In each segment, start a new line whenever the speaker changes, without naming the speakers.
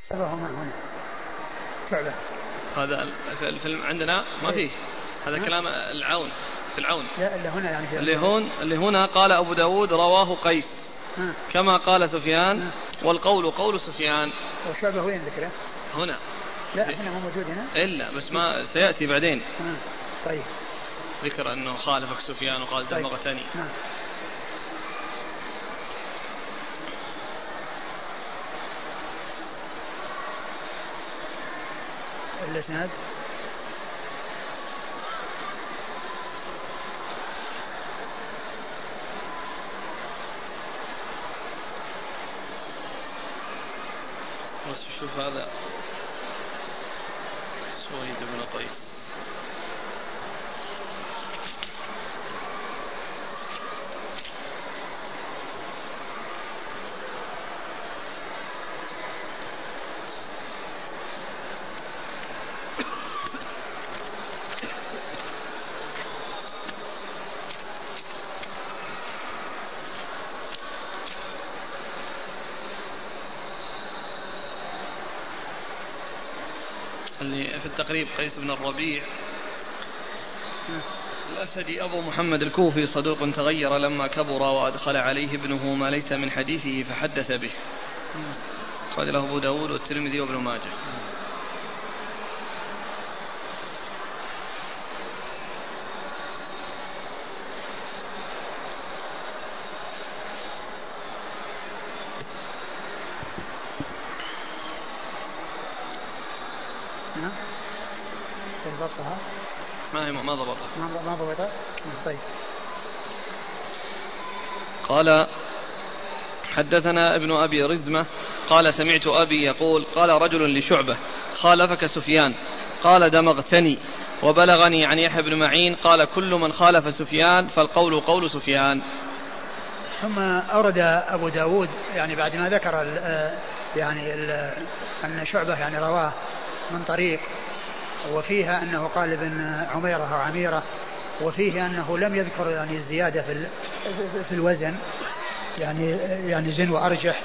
هنا شعبة.
هذا عندنا ما فيه هذا كلام العون في العون.
لا اللي هنا يعني
اللي هنا قال أبو داود رواه قيس كما قال سفيان والقول قول سفيان.
وشعبة وين ذكره؟
هنا.
لا هنا مو موجود هنا
إلا بس ما سيأتي بعدين.
طيب.
ذكر أنه خالفك سفيان وقال دمغتني.
الإسناد
بس شوف هذا سويد بن قيس. اللي في التقريب قيس بن الربيع الأسدي أبو محمد الكوفي صدوق تغير لما كبر وأدخل عليه ابنه ما ليس من حديثه فحدث به. قال له أبو داود والترمذي وابن ماجه.
ضبطها
ما ضبطها.
طيب.
قال حدثنا ابن أبي رزمة قال سمعت أبي يقول قال رجل لشعبة خالفك سفيان قال دمغتني وبلغني عن يحيى بن معين قال كل من خالف سفيان فالقول قول سفيان.
ثم أورد أبو داود يعني بعد ما ذكر أن شعبة يعني رواه من طريق وفيها أنه قال ابن عميرة أو عميرة وفيه أنه لم يذكر يعني الزيادة في الوزن يعني زن وأرجح.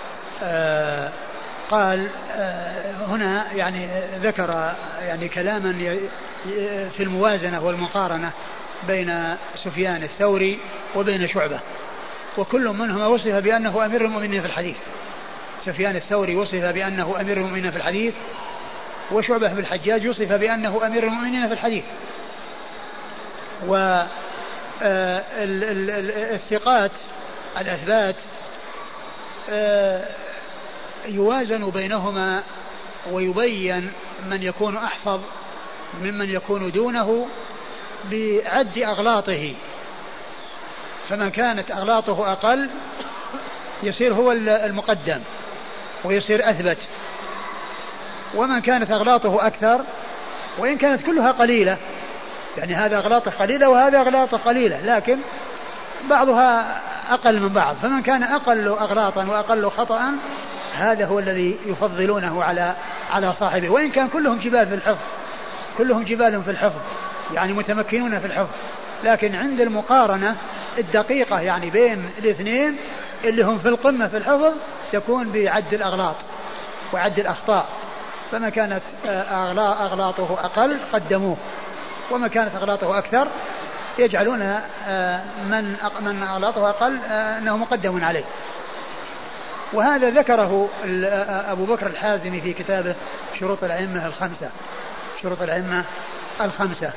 قال هنا يعني ذكر يعني كلاما في الموازنة والمقارنة بين سفيان الثوري وبين شعبة وكل منهما وصف بأنه أمير المؤمنين في الحديث. سفيان الثوري وصف بأنه أمير المؤمنين في الحديث وشعبة بن الحجاج وصف بأنه أمير المؤمنين في الحديث. والثقات الأثبات يوازن بينهما ويبين من يكون أحفظ ممن يكون دونه بعد أغلاطه. فمن كانت أغلاطه أقل يصير هو المقدم ويصير أثبت ومن كانت أغلاطه أكثر وإن كانت كلها قليلة يعني هذا أغلاطه قليلة وهذا أغلاطه قليلة لكن بعضها أقل من بعض فمن كان أقل أغلاطا وأقل خطأ هذا هو الذي يفضلونه على صاحبه وإن كان كلهم جبال في الحفظ كلهم جبال في الحفظ يعني متمكنون في الحفظ لكن عند المقارنة الدقيقة يعني بين الاثنين اللي هم في القمة في الحفظ تكون بعد الأغلاط وعد الأخطاء. فما كانت أغلاطه أقل قدموه وما كانت أغلاطه أكثر يجعلون من أغلاطه أقل أنه مقدم عليه. وهذا ذكره أبو بكر الحازمي في كتابه شروط الأئمة الخمسة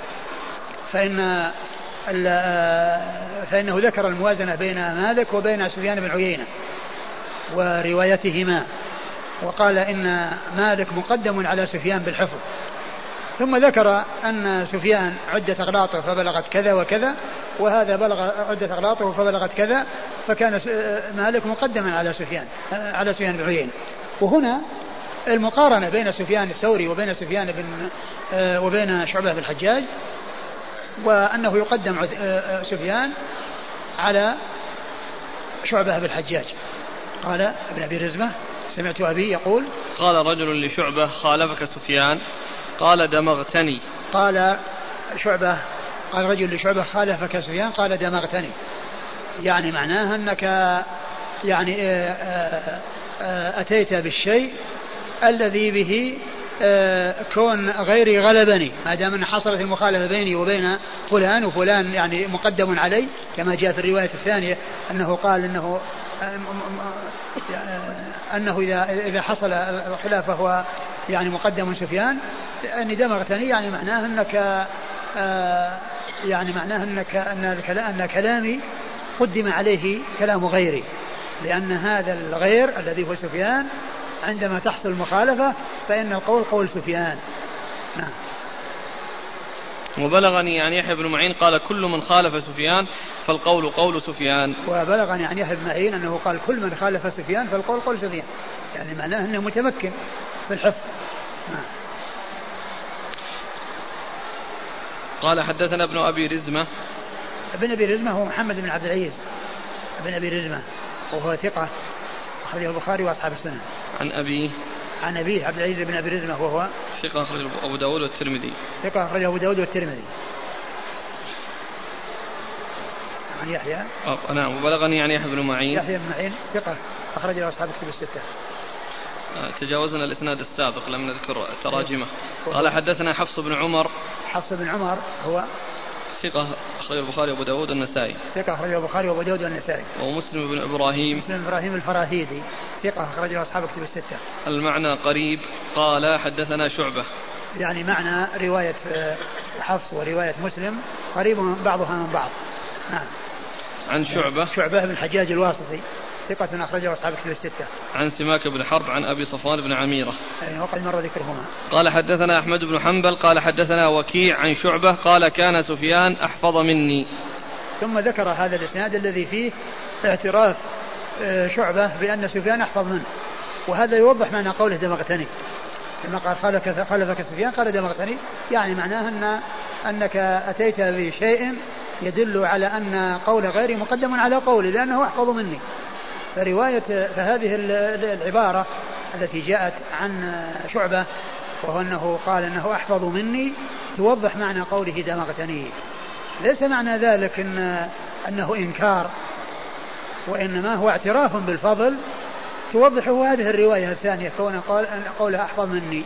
فإنه ذكر الموازنة بين مالك وبين سفيان بن عيينة وروايتهما وقال إن مالك مقدم على سفيان بالحفظ ثم ذكر أن سفيان عدة أغلاطه فبلغت كذا وكذا وهذا بلغ عدة أغلاطه فبلغت كذا فكان مالك مقدما على سفيان بن عيينة. وهنا المقارنة بين سفيان الثوري وبين شعبة بن الحجاج وأنه يقدم سفيان على شعبة بن الحجاج. قال ابن أبي رزمة سمعت أبي يقول
قال رجل لشعبة خالفك سفيان قال دمغتني.
قال رجل لشعبة خالفك سفيان قال دمغتني يعني معناها أنك يعني أتيت بالشيء الذي به كون غيري غلبني، ما دام ان حصلت المخالفه بيني وبين فلان، وفلان يعني مقدم علي، كما جاء في الروايه الثانيه انه قال انه اذا حصل الخلاف فهو يعني مقدم سفيان، اني دمغتني، يعني معناه انك ان كلامي قدم عليه كلام غيري، لان هذا الغير الذي هو سفيان عندما تحصل مخالفة فإن القول قول سفيان. نعم.
وبلغني عن يحيى بن معين قال كل من خالف سفيان فالقول قول سفيان.
وبلغني عن يحيى بن معين أنه قال كل من خالف سفيان فالقول قول سفيان، يعني معناه أنه متمكن في الحفظ. نعم.
قال حدثنا ابن أبي رزمة.
ابن أبي رزمة هو محمد بن عبد العزيز ابن أبي رزمة، وهو ثقة أخرجه البخاري وأصحاب السنن.
عن أبيه
عبد العزيز بن أبي رزمة وهو
ثقة أخرجه أبو داود والترمذي.
ثقة أخرجه أبو داود والترمذي. عن يحيى.
نعم. وبلغني عن يحيى بن معين.
يحيى بن معين ثقة أخرج له أصحاب الكتب الستة.
تجاوزنا الإسناد السابق لم نذكر تراجمه. قال حدثنا حفص بن عمر.
حفص بن عمر هو
ثقة أخرجه البخاري وأبو داود والنسائي.
ثقة أخرجه البخاري وأبو داود والنسائي.
ومسلم بن إبراهيم.
مسلم بن إبراهيم الفراهيدي ثقة أخرجه أصحاب الكتب الستة.
المعنى قريب. قال حدثنا شعبة.
يعني معنى رواية حفص ورواية مسلم قريب بعضها من بعض. نعم.
عن
شعبة بن الحجاج الواسطي ثقة أخرجه أصحاب الكتب الستة.
عن سماك بن حرب عن أبي صفوان بن عميرة.
يعني وقد مر ذكرهما.
قال حدثنا أحمد بن حنبل قال حدثنا وكيع عن شعبة قال كان سفيان أحفظ مني.
ثم ذكر هذا الإسناد الذي فيه اعتراف شعبة بأن سفيان أحفظ منه، وهذا يوضح معنى قوله دمغتني، لما قال خالفك سفيان قال دمغتني، يعني معناه أنك أتيت بشيء يدل على أن قول غيري مقدم على قولي لأنه أحفظ مني. فهذه العبارة التي جاءت عن شعبة وهو أنه قال أنه أحفظ مني توضح معنى قوله دمغتني. ليس معنى ذلك أنه إنكار، وإنما هو اعتراف بالفضل توضحه هذه الرواية الثانية كون قولها أحفظ مني.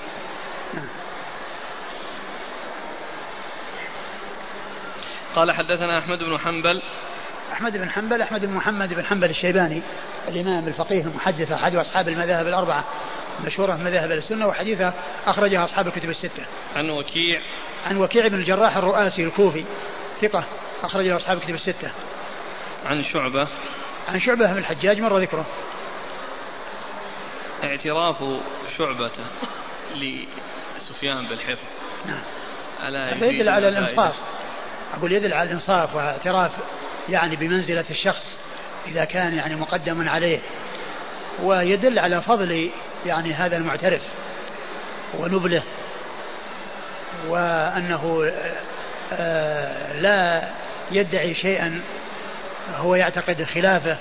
قال حدثنا أحمد بن حنبل.
أحمد بن محمد بن حنبل الشيباني الإمام الفقيه المحدث أحد أصحاب المذاهب الأربعة مشهورة في مذاهب السنة، وحديثه أخرجها أصحاب الكتب الستة.
عن
وكيع بن الجراح الرؤاسي الكوفي ثقة أخرجها أصحاب الكتب الستة. عن شعبة بن الحجاج مر ذكره.
اعتراف شعبة لسفيان بالحفظ.
نعم.
يدل
على الإنصاف، أقول يدل على الإنصاف واعتراف يعني بمنزلة الشخص إذا كان يعني مقدم عليه، ويدل على فضل يعني هذا المعترف ونبله، وأنه لا يدعي شيئا هو يعتقد خلافه،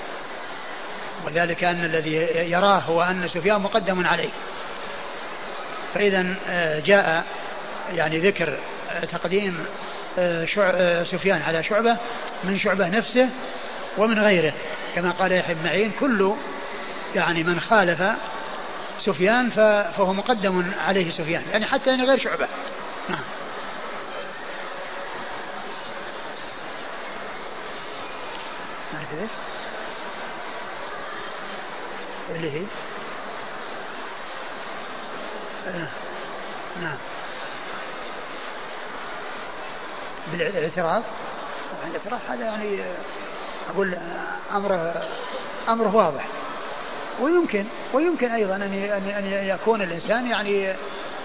وذلك أن الذي يراه هو أن سفيان مقدم عليه. فإذا جاء يعني ذكر تقديم سفيان على شعبة من شعبة نفسه ومن غيره، كما قال يحيى بن معين كل يعني من خالف سفيان فهو مقدم عليه سفيان، يعني حتى يعني غير شعبة. نعم. اللي هي نعم بالاعتراف. الاعتراف هذا يعني أقول أمره واضح، ويمكن أيضا أن يكون الإنسان يعني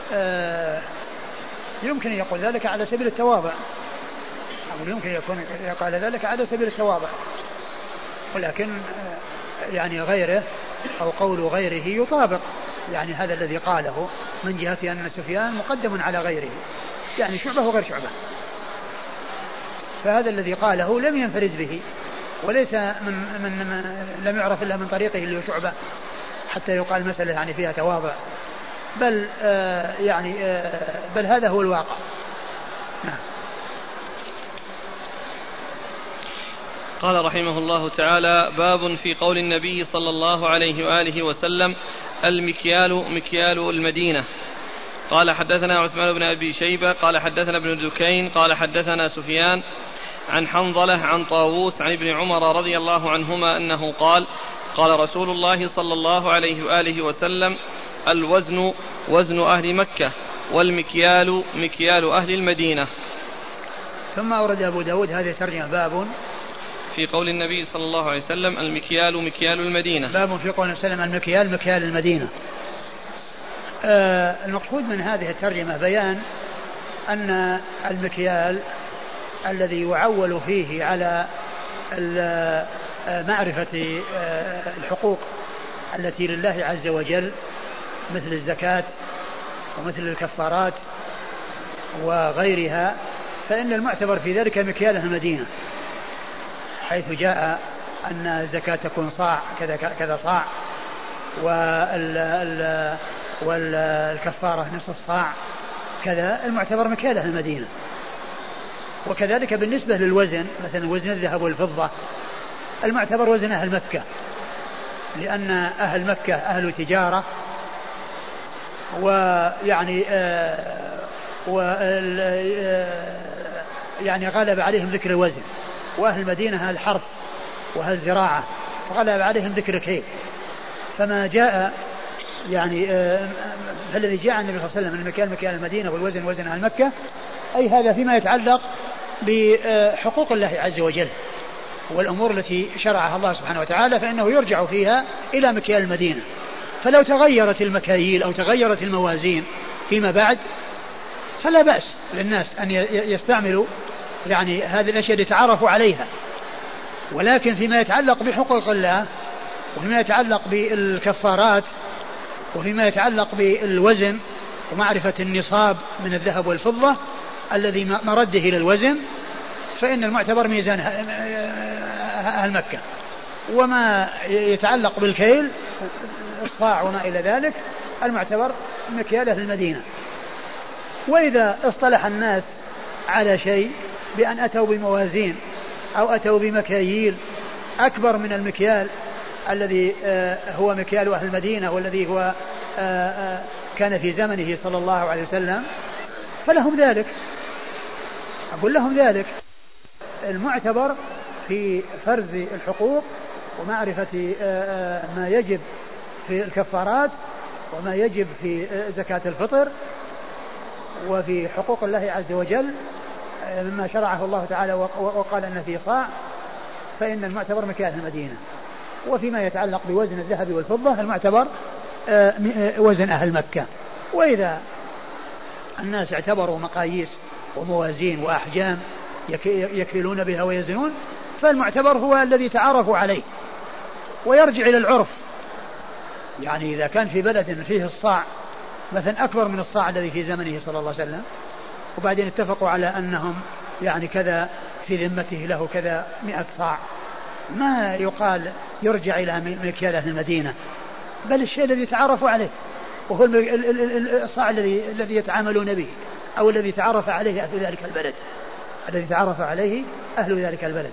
يمكن أن يقول ذلك على سبيل التواضع، أقول يمكن يكون يقال ذلك على سبيل التواضع، ولكن يعني غيره أو قول غيره يطابق يعني هذا الذي قاله من جهة أن سفيان مقدم على غيره، يعني شعبة وغير شعبة. فهذا الذي قاله لم ينفرد به، وليس من لم يعرف إلا من طريقه اللي شعبة حتى يقال مسألة يعني فيها تواضع، بل بل هذا هو الواقع. نعم.
قال رحمه الله تعالى: باب في قول النبي صلى الله عليه وآله وسلم: المكيال مكيال المدينة. قال حدثنا عثمان بن أبي شيبة قال حدثنا ابن دكين قال حدثنا سفيان عن حنظلة عن طاووس عن ابن عمر رضي الله عنهما أنه قال قال رسول الله صلى الله عليه وآله وسلم الوزن وزن أهل مكة والمكيال مكيال أهل المدينة.
ثم أورد أبو داود هذه الترجمة باب
في قول النبي صلى الله عليه وسلم المكيال مكيال المدينة.
باب في قول النبي صلى الله عليه وسلم المكيال مكيال المدينة. المقصود من هذه الترجمة بيان أن المكيال الذي يعول فيه على معرفة الحقوق التي لله عز وجل مثل الزكاة ومثل الكفارات وغيرها، فإن المعتبر في ذلك مكيال المدينة، حيث جاء أن الزكاة تكون صاع كذا صاع، والكفارة نصف صاع كذا، المعتبر مكيال المدينة. وكذلك بالنسبة للوزن، مثلا وزن الذهب والفضة المعتبر وزن أهل مكة، لأن أهل مكة أهل تجارة، ويعني يعني غلب عليهم ذكر الوزن، وأهل المدينة أهل حرث وأهل زراعة غلب عليهم ذكر الكيل. فما جاء يعني فالذي جاء عن النبي صلى الله عليه وسلم المكيال مكيال المدينة والوزن وزن أهل مكة، أي هذا فيما يتعلق بحقوق الله عز وجل والأمور التي شرعها الله سبحانه وتعالى، فإنه يرجع فيها إلى مكيال المدينة. فلو تغيرت المكاييل أو تغيرت الموازين فيما بعد فلا بأس للناس أن يستعملوا يعني هذه الأشياء ليتعرفوا عليها، ولكن فيما يتعلق بحقوق الله وفيما يتعلق بالكفارات وفيما يتعلق بالوزن ومعرفة النصاب من الذهب والفضة الذي مرده إلى الوزن، فإن المعتبر ميزان أهل مكة. وما يتعلق بالكيل الصاع وما إلى ذلك المعتبر مكيال أهل المدينة. وإذا اصطلح الناس على شيء بأن أتوا بموازين أو أتوا بمكاييل أكبر من المكيال الذي هو مكيال أهل المدينة والذي هو كان في زمنه صلى الله عليه وسلم، فلهم ذلك. أقول لهم ذلك المعتبر في فرز الحقوق ومعرفة ما يجب في الكفارات وما يجب في زكاة الفطر وفي حقوق الله عز وجل مما شرعه الله تعالى وقال أن فيه صاع، فإن المعتبر مكيال المدينة. وفيما يتعلق بوزن الذهب والفضة المعتبر وزن أهل مكة. وإذا الناس اعتبروا مقاييس وموازين وأحجام يكيلون بها ويزنون، فالمعتبر هو الذي تعارفوا عليه، ويرجع إلى العرف. يعني إذا كان في بلد فيه الصاع مثلا أكبر من الصاع الذي في زمنه صلى الله عليه وسلم، وبعدين اتفقوا على أنهم يعني كذا في ذمته له كذا 100 صاع، ما يقال يرجع إلى مكيال أهل المدينة، بل الشيء الذي تعرفوا عليه وهو الصاع الذي يتعاملون به أو الذي تعرف عليه أهل ذلك البلد، الذي تعرف عليه أهل ذلك البلد.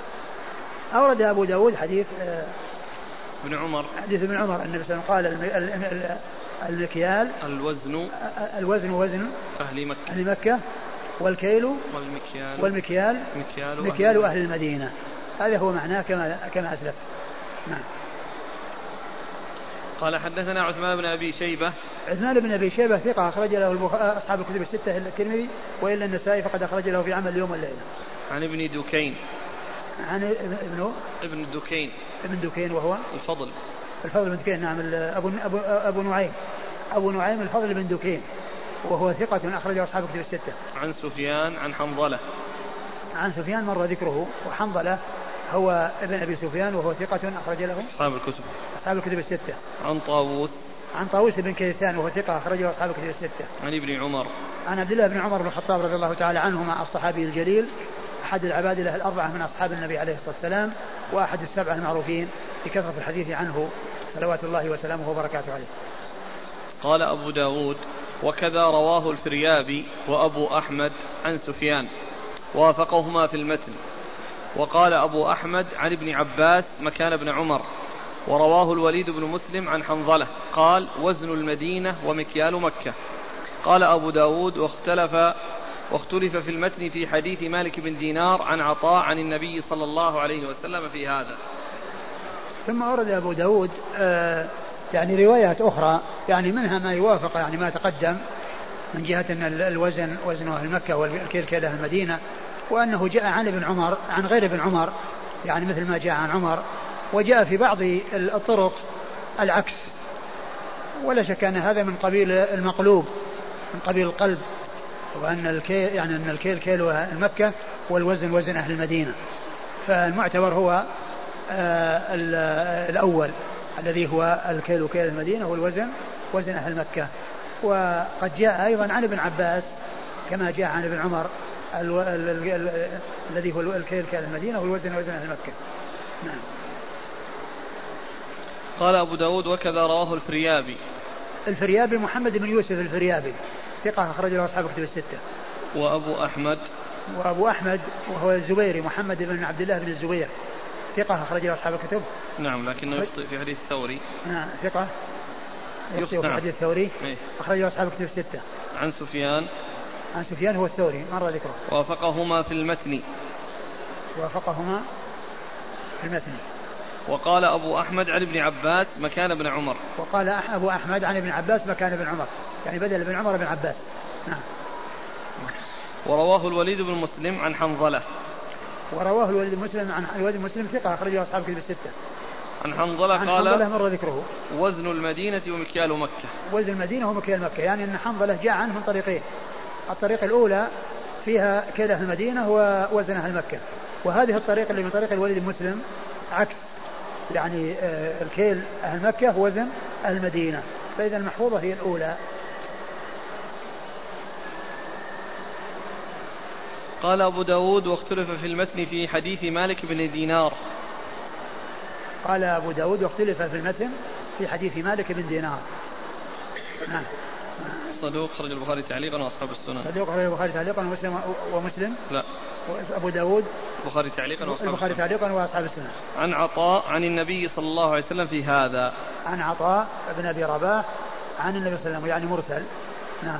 أورد أبو داود حديث
ابن عمر،
حديث ابن عمر النبي صلى الله عليه وسلم قال المكيال الوزن وزن أهل مكة والكيل والمكيال مكيال أهل المدينة. هذا هو معناه كما أسلف. نعم.
قال حدثنا عثمان بن أبي شيبة.
عثمان بن أبي شيبة ثقة أخرج له أصحاب الكتب الستة إلا الترمذي وإلا النسائي فقد أخرج له في عمل اليوم والليلة.
عن ابن دكين.
عن
ابن دكين.
ابن دكين وهو
الفضل
بن دكين. نعم. أبو نعيم الفضل بن دكين وهو ثقة أخرجه أصحاب الكتب الستة.
عن سفيان عن حنظلة.
عن سفيان مر ذكره، وحنظلة هو ابن أبي سفيان وهو ثقة أخرج له أصحاب الكتب الستة. عن طاووس بن كيسان وهو ثقة أخرجه أصحاب الكتب الستة.
عن ابن عمر.
عن عبد الله بن عمر بن الخطاب رضي الله تعالى عنهما الصحابي الجليل أحد العبادلة الأربعة من أصحاب النبي عليه الصلاة والسلام، وأحد السبعة المعروفين بكثرة الحديث عنه صلوات الله وسلامه وبركاته عليه.
قال أبو داود وكذا رواه الفريابي وأبو أحمد عن سفيان وافقهما في المتن. وقال أبو أحمد عن ابن عباس مكان ابن عمر، ورواه الوليد بن مسلم عن حنظلة قال وزن المدينة ومكيال مكة. قال أبو داود واختلف في المتن في حديث مالك بن دينار عن عطاء عن النبي صلى الله عليه وسلم في هذا.
ثم أورد أبو داود يعني روايات أخرى يعني منها ما يوافق يعني ما تقدم من جهة أن الوزن وزن أهل مكة والكيل كيل أهل المدينة، وأنه جاء عن ابن عمر عن غير ابن عمر يعني مثل ما جاء عن عمر، وجاء في بعض الطرق العكس، ولا شك أن هذا من قبيل المقلوب من قبيل القلب، وأن الكيل يعني أن الكيل كيل أهل مكة والوزن وزن أهل المدينة. فالمعتبر هو الأول الذي هو الكيل كيل المدينة والوزن وزن أهل مكة. وقد جاء أيضا عن ابن عباس كما جاء عن ابن عمر الذي هو الكيل كيل المدينة والوزن وزن أهل مكة. نعم.
قال أبو داود وكذا رواه
الفريابي محمد بن يوسف الفريابي ثقة أخرج له أصحاب كتب الستة. وأبو أحمد وهو الزبيري محمد بن عبد الله بن الزبير ثقة أخرج له أصحاب الكتب.
نعم لكنه يخطئ في حديث الثوري.
نعم ثقة يخطئ في حديث الثوري أخرج له أصحاب الكتب الستة.
عن سفيان
هو الثوري مر ذكره.
وافقهما في المتن. وقال أبو أحمد عن ابن عباس مكان ابن عمر.
وقال أبو أحمد عن ابن عباس مكان ابن عمر يعني بدل ابن عمر ابن عباس. نعم.
ورواه الوليد بن مسلم عن حنظلة.
ورواه الوليد بن مسلم عن الوليد بن مسلم ثقة أخرجه أصحاب كتب الستة.
عن حنظلة قال
حنظلة مر ذكره.
وزن المدينة ومكيال مكة.
وزن المدينة ومكيال مكة يعني أن حنظلة جاء عنه من طريقين. الطريق الأولى فيها كيل أهل المدينة ووزن أهل مكة، وهذه الطريق اللي من طريق الوليد بن مسلم عكس يعني الكيل أهل مكة وزن أهل المدينة، فإذا المحفوظة هي الأولى.
قال أبو داود واختلف في المتن في حديث مالك بن دينار.
قال أبو داود واختلف في المتن في حديث مالك بن دينار. نعم.
صدوق خرج البخاري تعليقا وأصحاب السنن.
صدوق خرج البخاري تعليقا ومسلم.
لا.
أبو داود
البخاري تعليقا
وأصحاب السنن.
عن عطاء عن النبي صلى الله عليه وسلم في هذا.
عن عطاء بن أبي رباح عن النبي صلى الله عليه وسلم يعني مرسل. نعم.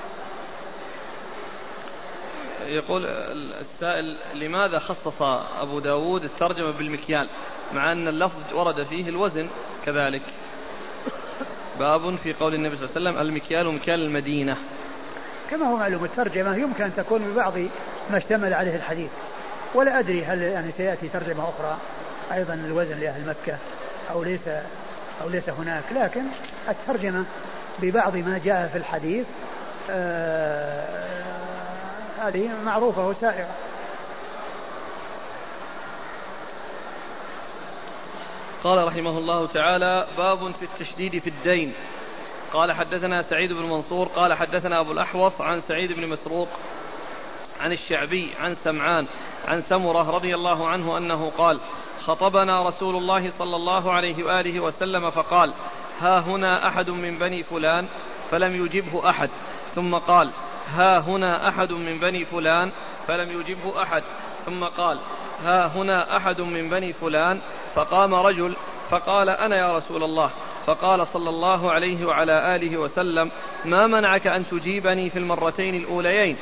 يقول السائل لماذا خصص أبو داود الترجمة بالمكيال مع أن اللفظ ورد فيه الوزن كذلك؟ باب في قول النبي صلى الله عليه وسلم المكيال مكيال المدينة.
كما هو معلوم الترجمة يمكن أن تكون ببعض ما اشتمل عليه الحديث، ولا أدري هل يعني سيأتي ترجمة أخرى أيضا الوزن لأهل مكة أو ليس هناك، لكن الترجمة ببعض ما جاء في الحديث هذه معروفة وسائغة.
قال رحمه الله تعالى باب في التشديد في الدين. قال حدثنا سعيد بن منصور قال حدثنا أبو الأحوص عن سعيد بن مسروق عن الشعبي عن سمعان عن سمرة رضي الله عنه أنه قال خطبنا رسول الله صلى الله عليه وآله وسلم فقال ها هنا أحد من بني فلان فلم يجبه أحد، ثم قال ها هنا أحد من بني فلان فلم يجبه أحد، ثم قال ها هنا أحد من بني فلان، فقام رجل فقال أنا يا رسول الله، فقال صلى الله عليه وعلى آله وسلم ما منعك أن تجيبني في المرتين الأوليين؟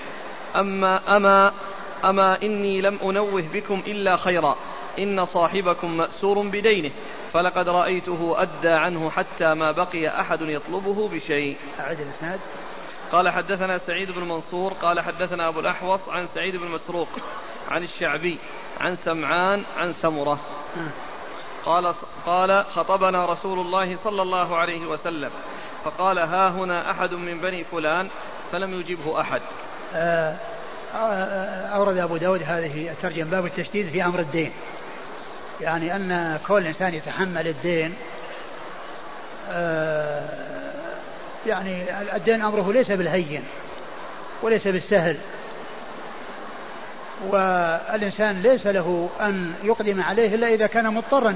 أما إني لم أنوه بكم إلا خيرا، إن صاحبكم مأسور بدينه، فلقد رأيته أدى عنه حتى ما بقي أحد يطلبه بشيء.
أعد الإسناد.
قال حدثنا سعيد بن منصور قال حدثنا أبو الأحوص عن سعيد بن مسروق عن الشعبي عن سمعان عن سمرة قال خطبنا رسول الله صلى الله عليه وسلم فقال ها هنا أحد من بني فلان فلم يجبه أحد.
أورد أبو داود هذه الترجمة باب التشديد في أمر الدين، يعني أن كل إنسان يتحمل الدين، يعني الدين أمره ليس بالهين وليس بالسهل، والإنسان ليس له أن يقدم عليه إلا إذا كان مضطرا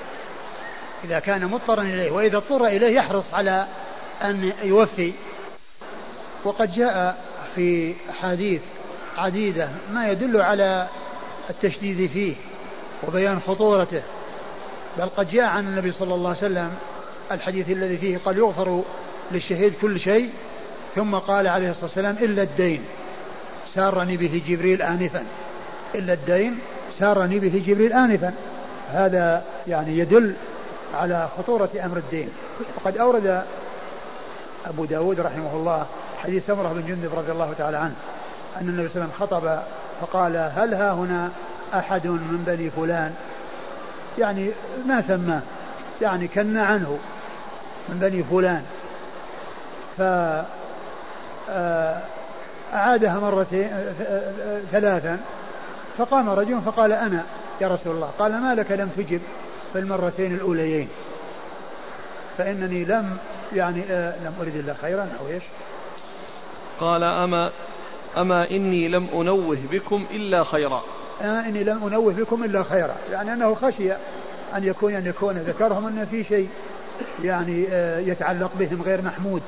إليه، وإذا اضطر إليه يحرص على أن يوفي. وقد جاء في أحاديث عديدة ما يدل على التشديد فيه وبيان خطورته، بل قد جاء عن النبي صلى الله عليه وسلم الحديث الذي فيه قال يغفر للشهيد كل شيء، ثم قال عليه الصلاة والسلام إلا الدين سارني به جبريل آنفا، إلا الدين سارني به جبريل آنفا. هذا يعني يدل على خطورة أمر الدين. وقد أورد أبو داود رحمه الله حديث سمرة بن جندب رضي الله تعالى عنه أن النبي صلى الله عليه وسلم خطب فقال هل ها هنا أحد من بني فلان، يعني ما سماه، يعني كنا عنه من بني فلان، فأعادها مرتين ثلاثا، فقام رجل فقال أنا يا رسول الله، قال ما لك لم تجب في المرتين الأوليين، فإنني لم أرد إلا خيرا أو إيش.
قال أما إني لم أنوه بكم إلا خيرا،
إني لم أنوه بكم إلا خيرا، يعني أنه خشي أن يكون ذكرهم أن في شيء يعني يتعلق بهم غير محمود.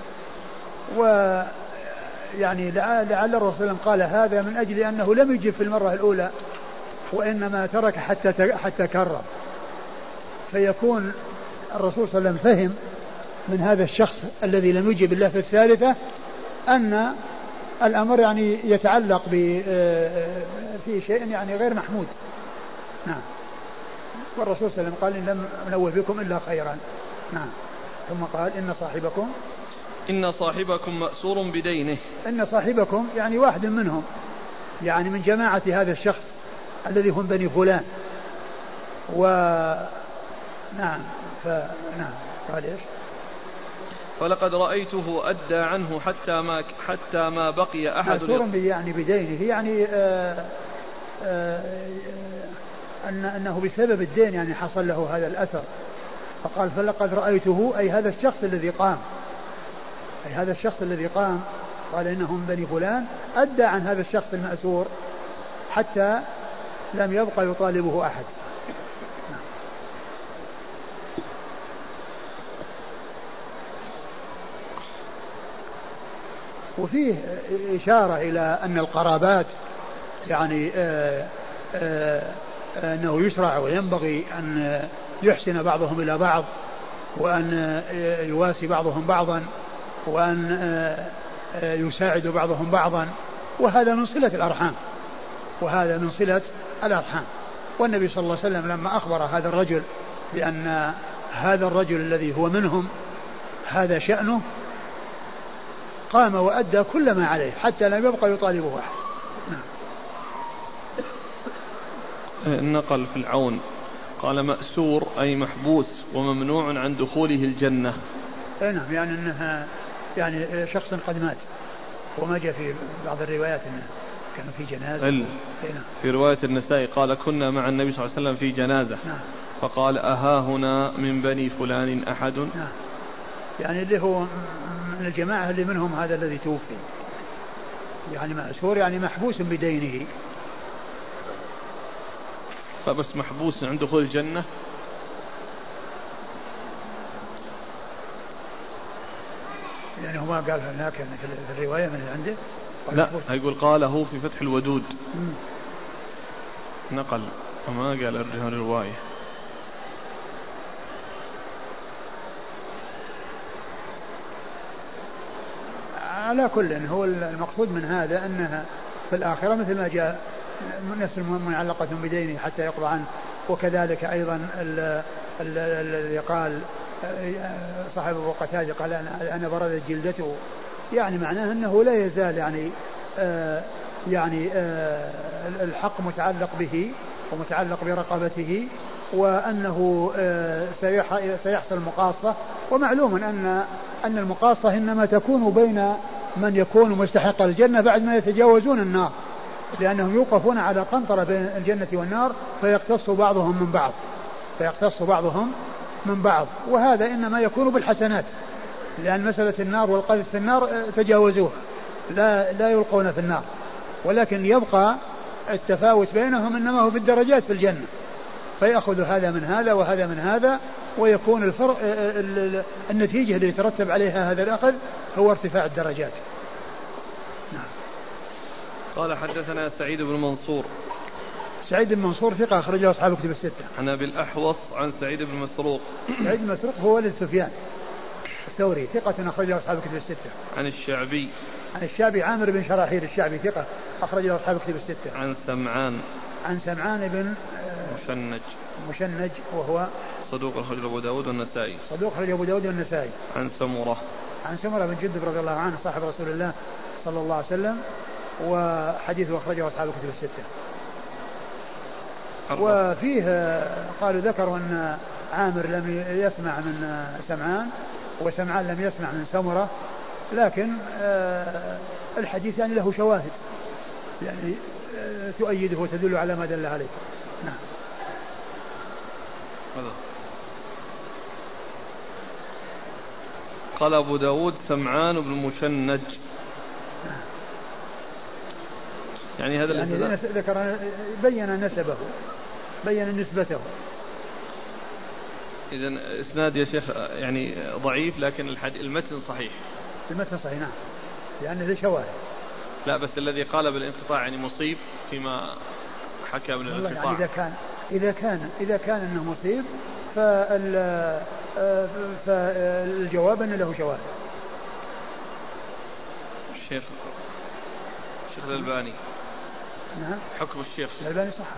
ويعني لعل الرسول قال هذا من أجل أنه لم يجب في المرة الأولى وإنما ترك حتى كرر، فيكون الرسول صلى الله عليه وسلم فهم من هذا الشخص الذي لم يجب الله في الثالثة أن الأمر يعني يتعلق في شيء يعني غير محمود. نعم. والرسول صلى الله عليه وسلم قال إن لم أنوه بكم إلا خيرا. نعم. ثم قال إن صاحبكم مأسور بدينه، إن صاحبكم يعني واحد منهم، يعني من جماعة هذا الشخص الذي هم بني فلان. نعم. نعم. قال إيش؟
فلقد رأيته أدى عنه حتى ما بقي أحد
مأسور يعني بدينه، يعني أنه بسبب الدين يعني حصل له هذا الأثر. فقال فلقد رأيته أي هذا الشخص الذي قام، قال إنهم بني فلان، أدى عن هذا الشخص المأسور حتى لم يبقى يطالبه أحد. وفيه إشارة إلى أن القرابات يعني أنه يشرع وينبغي أن يحسن بعضهم إلى بعض، وأن يواسي بعضهم بعضا، وأن يساعد بعضهم بعضا، وهذا من صلة الأرحام. والنبي صلى الله عليه وسلم لما أخبر هذا الرجل بأن هذا الرجل الذي هو منهم هذا شأنه، قام وأدى كل ما عليه حتى لم يبقى يطالبه أحد.
نقل في العون قال مأسور أي محبوس وممنوع عن دخوله الجنة.
نعم، يعني أنها يعني شخص قد مات، وما جاء في بعض الروايات أنه كان في جنازة.
في رواية النسائي قال كنا مع النبي صلى الله عليه وسلم في جنازة.
نعم.
فقال أها هنا من بني فلان أحد.
نعم. يعني اللي هو من الجماعة اللي منهم هذا الذي توفي، يعني مأسور يعني محبوس بدينه.
فبس محبوس عند دخول الجنة.
يعني هو ما قال هناك في الرواية من عنده،
لا يقول قاله في فتح الودود. نقل وما قال الرواية.
على كل هو المقصود من هذا أنها في الآخرة مثل ما جاء نفس معلقة بدينه حتى يقضى عنه. وكذلك أيضا الذي قال صاحب أبو قتادة قال أنا بردت جلدته، يعني معناه أنه لا يزال يعني الحق متعلق به ومتعلق برقبته، وأنه سيحصل مقاصة. ومعلوم أن المقاصة إنما تكون بين من يكون مستحق الجنة بعد ما يتجاوزون النار، لأنهم يوقفون على قنطرة بين الجنة والنار فيقتص بعضهم من بعض. وهذا إنما يكون بالحسنات، لأن مسألة النار والقذف في النار تجاوزوها، لا يلقون في النار، ولكن يبقى التفاوت بينهم إنما هو في الدرجات في الجنة، فيأخذ هذا من هذا وهذا من هذا، ويكون الفرق النتيجة اللي يترتب عليها هذا الأخذ هو ارتفاع الدرجات.
نعم. قال حدثنا سعيد بن منصور.
سعيد بن منصور ثقة أخرج له أصحاب كتب الستة.
عن أبي الأحوص عن سعيد بن مسروق.
سعيد بن مسروق هو ولد سفيان الثوري ثقة أخرج له أصحاب كتب الستة.
عن الشعبي.
عن الشعبي عامر بن شراحيل الشعبي ثقة أخرج له أصحاب كتب الستة.
عن سمعان.
عن سمعان بن مشنج وهو
صدوق أخرج له أبو داود والنسائي.
صدوق أخرج أبو داود والنسائي.
عن سمرة.
عن سمرة بن جندب رضي الله عنه صاحب رسول الله صلى الله عليه وسلم وحديثه أخرجه أصحاب كتب الستة. وفيه قالوا ذكروا أن عامر لم يسمع من سمعان وسمعان لم يسمع من سمرة، لكن الحديث يعني له شواهد يعني تؤيده وتدل على ما دل عليه. نعم.
قال أبو داود سمعان بن مشنج، يعني هذا
يعني ذكر بين نسبه بين نسبته.
إذن إسناد يا شيخ يعني ضعيف، لكن المتن صحيح.
المتن صحيح نعم، لأنه له شواهد.
لا بس الذي قال بالانقطاع يعني مصيب فيما حكى من الانقطاع.
يعني إذا كان أنه مصيب فالجواب أنه له شواهد.
الشيخ الألباني.
نعم.
حكم الشيخ
الألباني صح.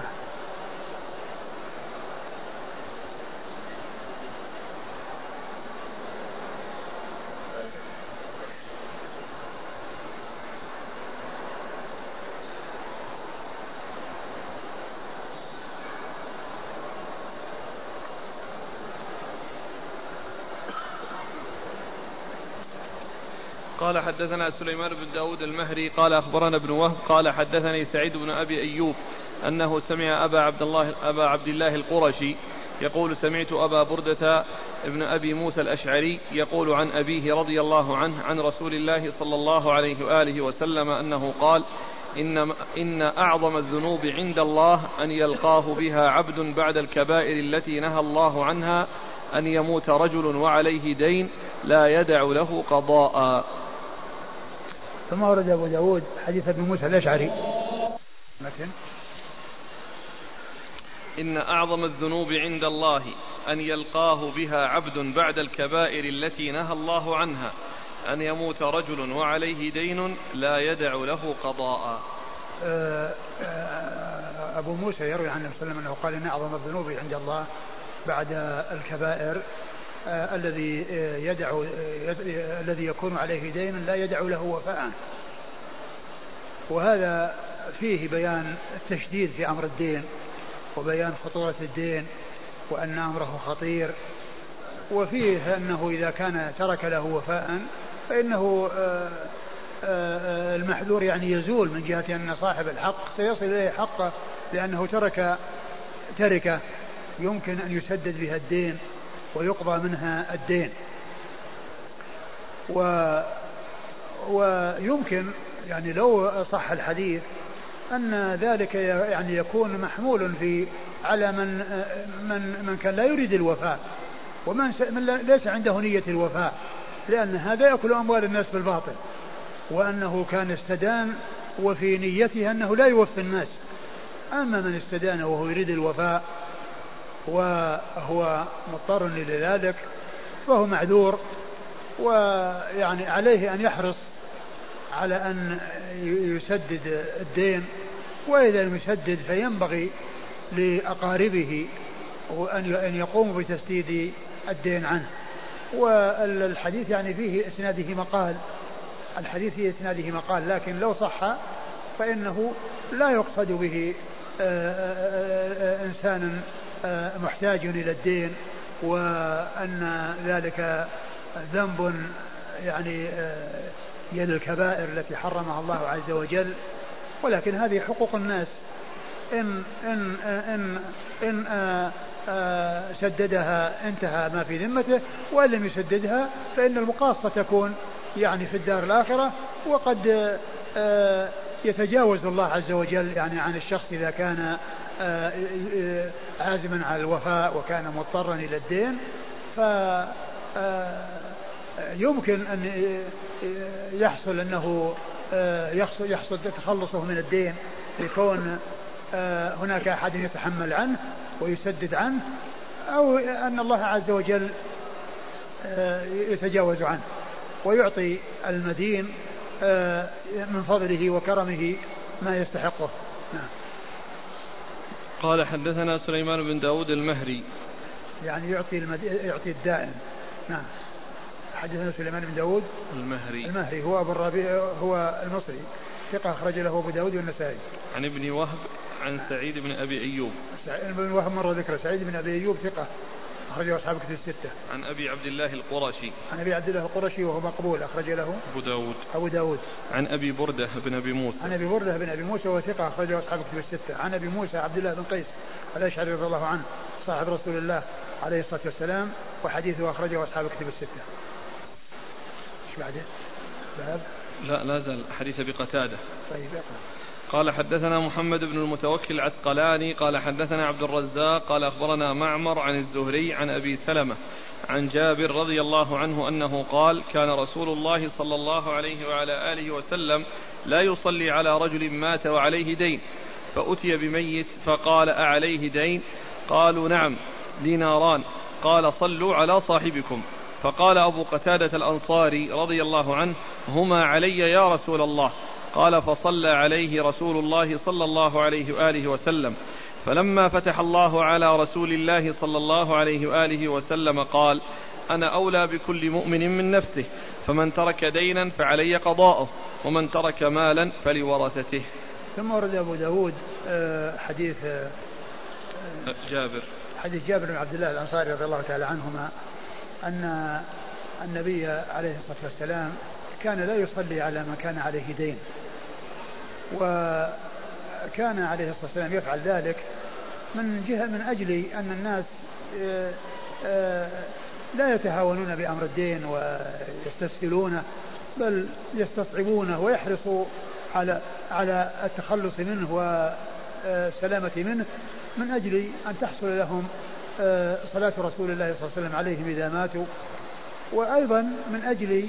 قال حدثنا سليمان بن داود المهري قال أخبرنا ابن وهب قال حدثني سعيد بن أبي أيوب أنه سمع أبا عبد الله القرشي يقول سمعت أبا بردة ابن أبي موسى الأشعري يقول عن أبيه رضي الله عنه عن رسول الله صلى الله عليه وآله وسلم أنه قال إن أعظم الذنوب عند الله أن يلقاه بها عبد بعد الكبائر التي نهى الله عنها أن يموت رجل وعليه دين لا يدع له قضاء.
ثم ورد أبو داود حديث ابن موسى الأشعري
إن أعظم الذنوب عند الله أن يلقاه بها عبد بعد الكبائر التي نهى الله عنها أن يموت رجل وعليه دين لا يدع له قضاء.
أبو موسى يروي عن النبي صلى الله عليه وسلم أنه قال إن أعظم الذنوب عند الله بعد الكبائر الذي يكون عليه دين لا يدع له وفاء. وهذا فيه بيان التشديد في أمر الدين وبيان خطورة الدين وأن أمره خطير، وفيه أنه إذا كان ترك له وفاء فإنه المحذور يعني يزول من جهة أن صاحب الحق سيصل إليه حقه، لأنه تركة يمكن أن يسدد بها الدين ويقضى منها الدين. ويمكن يعني لو صح الحديث أن ذلك يعني يكون محمول على من كان لا يريد الوفاء ومن ليس عنده نية الوفاء، لأن هذا يأكل أموال الناس بالباطل، وأنه كان استدان وفي نيته أنه لا يوفي الناس. أما من استدان وهو يريد الوفاء وهو مضطر لذلك فهو معذور، ويعني عليه أن يحرص على أن يسدد الدين، وإذا لم يسدد فينبغي لأقاربه أن يقوموا بتسديد الدين عنه. والحديث يعني فيه إسناده مقال، الحديث فيه إسناده مقال، لكن لو صح فإنه لا يقصد به إنسان محتاج إلى الدين وأن ذلك ذنب يعني يد الكبائر التي حرمها الله عز وجل، ولكن هذه حقوق الناس إن سددها انتهى ما في ذمته، وإن لم يسددها فإن المقاصة تكون يعني في الدار الآخرة، وقد يتجاوز الله عز وجل يعني عن الشخص إذا كان عازما على الوفاء وكان مضطرا إلى الدين، يمكن أن يحصل أنه يحصل تخلصه من الدين لكون هناك أحد يتحمل عنه ويسدد عنه، أو أن الله عز وجل يتجاوز عنه ويعطي المدين من فضله وكرمه ما يستحقه. نعم.
قال حدثنا سليمان بن داود المهري،
يعني يعطي الدائم. نعم. حدثنا سليمان بن داود المهري هو أبو الربيع، هو المصري، ثقة أخرج له أبو داود والنسائي.
عن ابن وهب عن سعيد بن أبي أيوب.
ابن وهب مرة ذكر. سعيد بن أبي أيوب ثقة أخرجه أصحاب كتب الستة.
عن أبي عبد الله القرشي.
عن أبي عبد الله القرشي وهو مقبول أخرج له أبو داود.
عن أبي بردة بن أبي موسى.
عن أبي بردة بن أبي موسى وهو ثقة أخرجه أصحاب كتب الستة. عن أبي موسى عبد الله بن قيس الأشعري رضي الله عنه صاحب رسول الله عليه الصلاة والسلام، وحديثه أخرجه أصحاب كتب الستة. ايش بعده؟ باب؟
لا زال حديث بقتادة.
طيب اقرأ.
قال حدثنا محمد بن المتوكل العسقلاني قال حدثنا عبد الرزاق قال أخبرنا معمر عن الزهري عن أبي سلمة عن جابر رضي الله عنه أنه قال كان رسول الله صلى الله عليه وعلى آله وسلم لا يصلي على رجل مات وعليه دين، فأتي بميت فقال أعليه دين؟ قالوا نعم ديناران. قال صلوا على صاحبكم. فقال أبو قتادة الأنصاري رضي الله عنه هما علي يا رسول الله. قال فصلى عليه رسول الله صلى الله عليه وآله وسلم. فلما فتح الله على رسول الله صلى الله عليه وآله وسلم قال أنا أولى بكل مؤمن من نفسه، فمن ترك دينا فعلي قضاؤه، ومن ترك مالا فلورثته.
ثم ورد أبو داود حديث جابر بن عبد الله الأنصاري رضي الله تعالى عنهما أن النبي عليه الصلاة والسلام كان لا يصلي على من كان عليه دين، وكان عليه الصلاة والسلام يفعل ذلك من أجل أن الناس لا يتهاونون بأمر الدين ويستسهلونه، بل يستصعبونه ويحرصوا على التخلص منه والسلامة منه، من أجل أن تحصل لهم صلاة رسول الله صلى الله عليه وسلم عليهم إذا ماتوا، وأيضا من أجل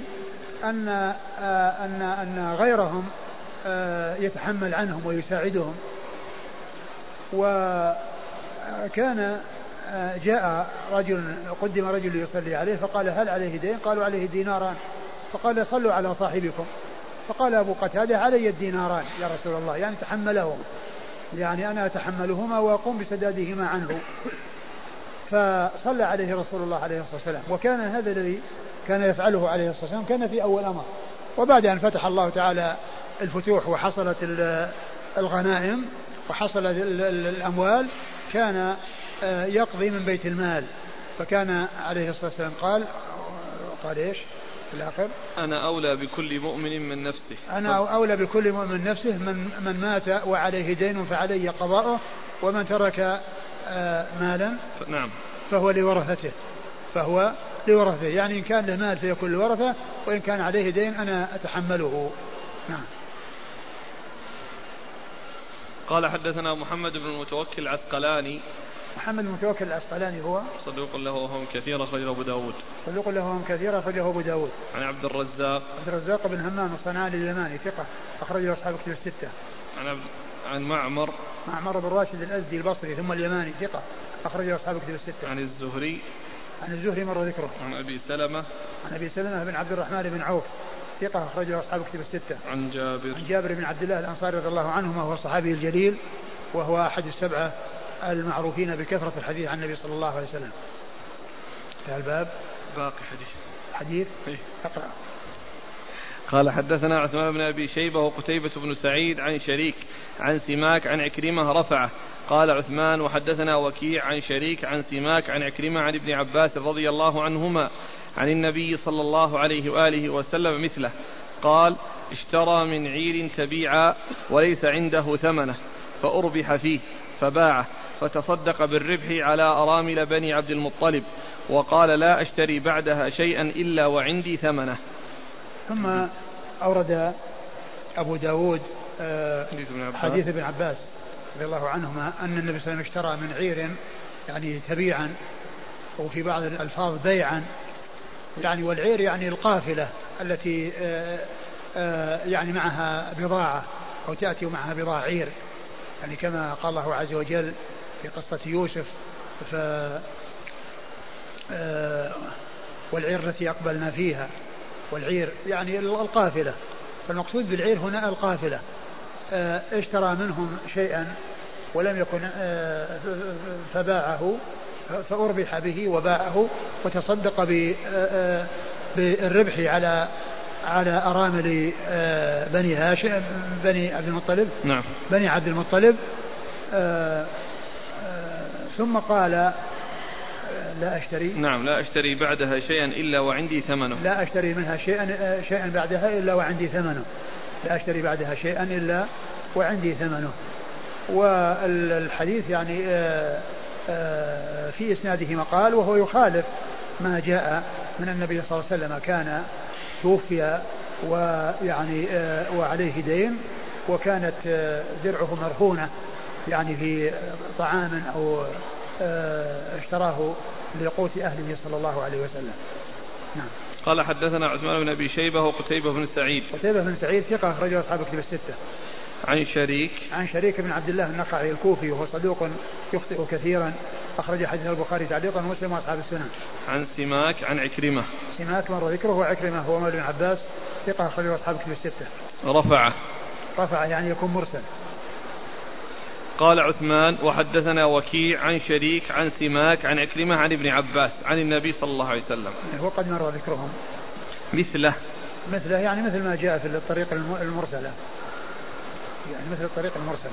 أن غيرهم يتحمل عنهم ويساعدهم. وكان جاء رجل، قدم رجل يصلي عليه فقال هل عليه دين؟ قالوا عليه ديناران. فقال صلوا على صاحبكم. فقال أبو قتادة علي الديناران يا رسول الله، يعني تحملهم، يعني أنا أتحملهما وأقوم بسدادهما عنه. فصلى عليه رسول الله عليه الصلاة والسلام. وكان هذا الذي كان يفعله عليه الصلاة والسلام كان في أول أمر، وبعد أن فتح الله تعالى الفتوح وحصلت الغنائم وحصل الأموال كان يقضي من بيت المال. فكان عليه الصلاة والسلام قال إيش في الآخر؟
أنا أولى بكل مؤمن من نفسه.
أنا أولى بكل مؤمن من نفسه، من مات وعليه دين فعليه قضاؤه، ومن ترك مالا
نعم
فهو لورثته، يعني إن كان له مال فيكون لورثه، وإن كان عليه دين أنا أتحمله. نعم.
قال حدثنا محمد بن المتوكل العسقلاني.
محمد بن المتوكل العسقلاني هو
صدوق له وهم كثير أخرجه أبو داود.
صدوق له وهم كثير أخرجه أبو داود.
عن عبد الرزاق
بن همام الصنعاني اليماني ثقة أخرجه أصحاب كتب الستة.
عن معمر
بن راشد الأزدي البصري ثم اليماني ثقة أخرجه أصحاب كتب الستة.
عن الزهري
مر ذكره.
عن أبي سلمة
بن عبد الرحمن بن عوف ثقة أخرجه أصحاب كتب الستة.
عن
جابر بن عبد الله الأنصاري رضي الله عنهما، وهو الصحابي الجليل، وهو أحد السبعة المعروفين بكثرة الحديث عن النبي صلى الله عليه وسلم. في الباب
باقي
حديث اقرأ.
قال حدثنا عثمان بن أبي شيبة وقتيبة بن سعيد عن شريك عن سماك عن عكرمة رفعه. قال عثمان وحدثنا وكيع عن شريك عن سماك عن عكرمة عن ابن عباس رضي الله عنهما عن النبي صلى الله عليه وآله وسلم مثله. قال اشترى من عير تبيعا وليس عنده ثمنه، فأربح فيه فباعه، فتصدق بالربح على أرامل بني عبد المطلب، وقال لا أشتري بعدها شيئا إلا وعندي ثمنه.
ثم أورد أبو داود حديث ابن عباس رضي الله عنهما أن النبي صلى الله عليه وسلم اشترى من عير يعني تبيعا، وفي بعض الألفاظ بيعا، يعني والعير يعني القافلة التي يعني معها بضاعة أو تأتي معها بضاعة عير، يعني كما قال الله عز وجل في قصة يوسف والعير التي أقبلنا فيها، والعير يعني القافلة، فالمقصود بالعير هنا القافلة. اشترى منهم شيئا ولم يكن فباعه فأربح به وباعه وتصدق بالربح على أرامل بني هاشم بني عبد المطلب.
نعم.
بني عبد المطلب. ثم قال لا أشتري.
نعم. لا أشتري بعدها شيئا إلا وعندي ثمنه.
لا أشتري منها شيئا بعدها إلا وعندي ثمنه. لا أشتري بعدها شيئا إلا وعندي ثمنه. والحديث يعني في إسناده مقال وهو يخالف ما جاء من النبي صلى الله عليه وسلم. كان توفي ويعني وعليه دين، وكانت درعه مرهونة يعني في طعام أو اشتراه لقوت أهله صلى الله عليه وسلم. نعم.
قال حدثنا عثمان بن أبي شيبة وقتيبة بن سعيد.
قتيبة بن سعيد ثقة أخرجه أصحاب الكتب الستة.
عن شريك.
عن شريك بن عبد الله النخعي الكوفي وهو صدوق يخطئ كثيرا، أخرج حديث البخاري تعليقا ومسلم وأصحاب السنن.
عن سماك عن عكرمة.
سماك مر ذكره، وعكرمة هو مولى بن عباس ثقة أخرجه أصحاب الكتب الستة. رفع يعني يكون مرسل.
قال عثمان وحدثنا وكيع عن شريك عن سماك عن عكرمة عن ابن عباس عن النبي صلى الله عليه وسلم.
هو قد مر ذكرهم
مثله
يعني مثل ما جاء في الطريق المرسلة، يعني مثل الطريق المرسلة.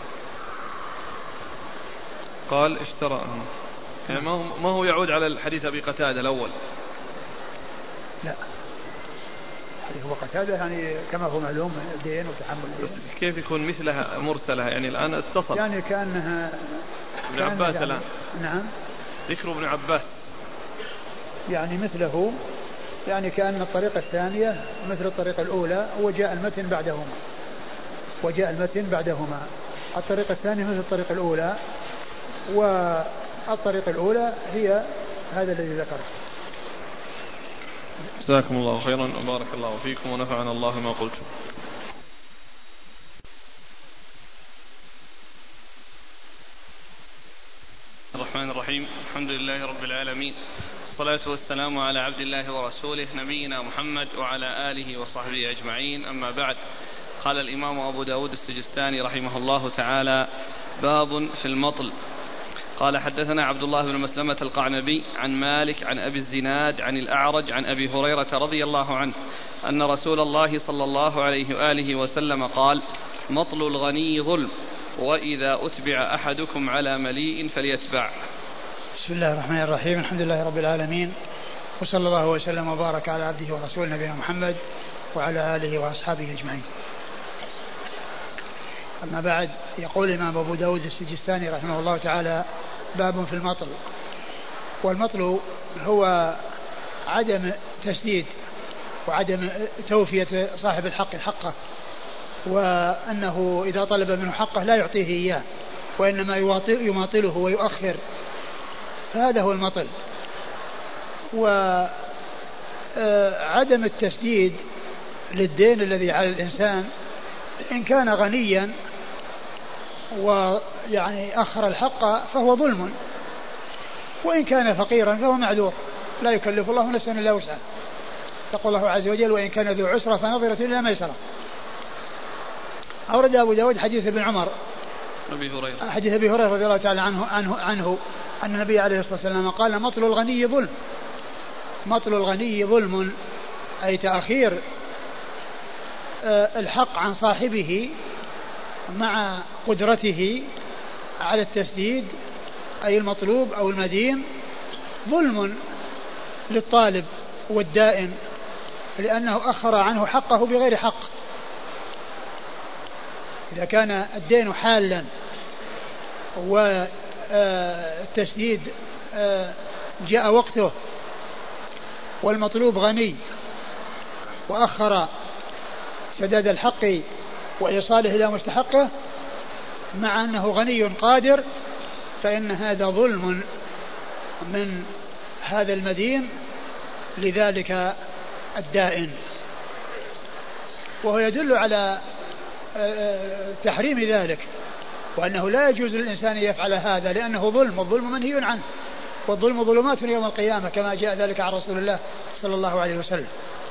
قال اشترى يعني ما هو يعود على الحديث أبي قتادة الأول.
لا، حديث أبي قتادة يعني كما هو معلوم دين وتحمل دين.
كيف يكون مثلها مرسلة يعني الآن اتصل
يعني كأنها
ابن عباس الآن.
نعم.
ذكر ابن عباس
يعني مثله، يعني كأن الطريقة الثانية مثل الطريقة الأولى وجاء المتن بعدهما. الطريقة الثانية مثل الطريقة الأولى، والطريقة الأولى هي هذا الذي ذكره.
جزاكم الله خيرا وبارك الله فيكم ونفعنا الله ما قلتم. الرحمن الرحيم. الحمد لله رب العالمين، والصلاة والسلام على عبد الله ورسوله نبينا محمد وعلى آله وصحبه أجمعين. أما بعد، قال الإمام أبو داود السجستاني رحمه الله تعالى: باب في المطل. قال حدثنا عبد الله بن مسلمة القعنبي عن مالك عن أبي الزناد عن الأعرج عن أبي هريرة رضي الله عنه أن رسول الله صلى الله عليه وآله وسلم قال: مطل الغني ظلم، وإذا أتبع أحدكم على مليء فليتبع.
بسم الله الرحمن الرحيم. الحمد لله رب العالمين، وصلى الله وسلم وبارك على عبده ورسوله نبينا محمد وعلى آله وأصحابه أجمعين. أما بعد، يقول الإمام أبو داود السجستاني رحمه الله تعالى: باب في المطل. والمطل هو عدم تسديد وعدم توفية صاحب الحق حقه، وأنه إذا طلب منه حقه لا يعطيه إياه، وإنما يماطله ويؤخر، فهذا هو المطل. وعدم التسديد للدين الذي على الإنسان إن كان غنيا ويعني أخر الحق فهو ظلم، وإن كان فقيرا فهو معذور، لا يكلف الله نفسا إلا وسعها. يقول الله عز وجل: وإن كان ذو عسرة فنظرة إلى ميسرة. أورد أبو داود حديث ابن عمر حديث أبي هريرة رضي الله تعالى عنه أن النبي عليه الصلاة والسلام قال: مطل الغني ظلم. مطل الغني ظلم، أي تأخير الحق عن صاحبه مع قدرته على التسديد، أي المطلوب أو المدين، ظلم للطالب والدائن، لأنه أخر عنه حقه بغير حق. إذا كان الدين حالا والتسديد جاء وقته والمطلوب غني وأخر سداد الحق وإيصاله إلى مستحقه مع أنه غني قادر، فإن هذا ظلم من هذا المدين لذلك الدائن. وهو يدل على تحريم ذلك، وأنه لا يجوز للإنسان أن يفعل هذا لأنه ظلم، والظلم منهي عنه، والظلم ظلمات يوم القيامة كما جاء ذلك عن رسول الله صلى الله عليه وسلم.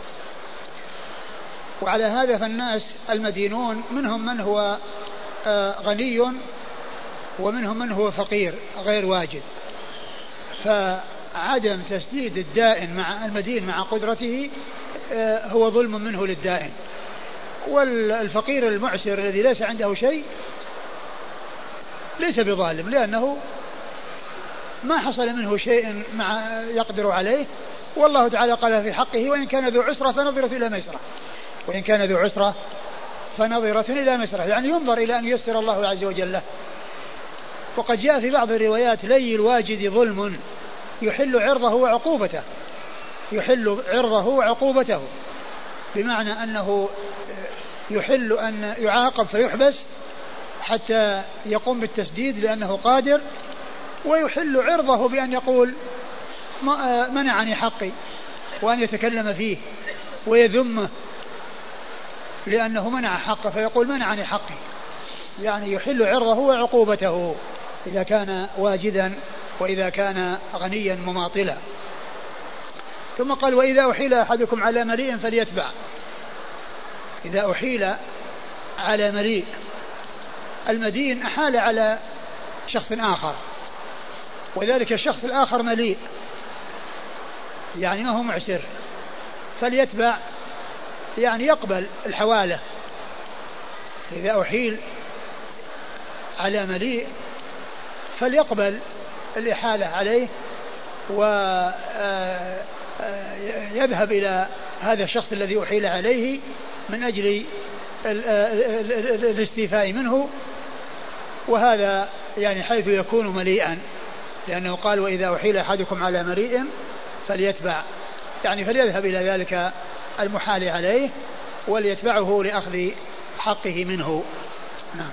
وعلى هذا فالناس المدينون منهم من هو غني ومنهم من هو فقير غير واجد، فعدم تسديد الدائن مع المدين مع قدرته هو ظلم منه للدائن. والفقير المعسر الذي ليس عنده شيء ليس بظالم لأنه ما حصل منه شيء مع يقدر عليه، والله تعالى قال في حقه وإن كان ذو عسرة فنظرة إلى ميسرة، وإن كان ذو عسرة فنظرة إلى ميسرة، يعني ينظر إلى أن ييسر الله عز وجل له. وقد جاء في بعض الروايات لي الواجد ظلم يحل عرضه وعقوبته، يحل عرضه وعقوبته، بمعنى أنه يحل أن يعاقب فيحبس حتى يقوم بالتسديد لأنه قادر، ويحل عرضه بأن يقول منعني حقي، وأن يتكلم فيه ويذمه لأنه منع حقه فيقول منعني حقي، يعني يحل عرضه وعقوبته إذا كان واجدا وإذا كان غنيا مماطلا. ثم قال وإذا أحيل أحدكم على مليء فليتبع. إذا أحيل على مليء، المدين أحال على شخص آخر، وذلك الشخص الآخر مليء يعني ما هو معسر، فليتبع يعني يقبل الحوالة. إذا أحيل على مليء فليقبل الإحالة عليه ويذهب إلى هذا الشخص الذي أحيل عليه من أجل الاستيفاء منه، وهذا يعني حيث يكون مليئا، لأنه قال وإذا أحيل أحدكم على مليء فليتبع، يعني فليذهب إلى ذلك المحال عليه وليتبعه لأخذ حقه منه. نعم.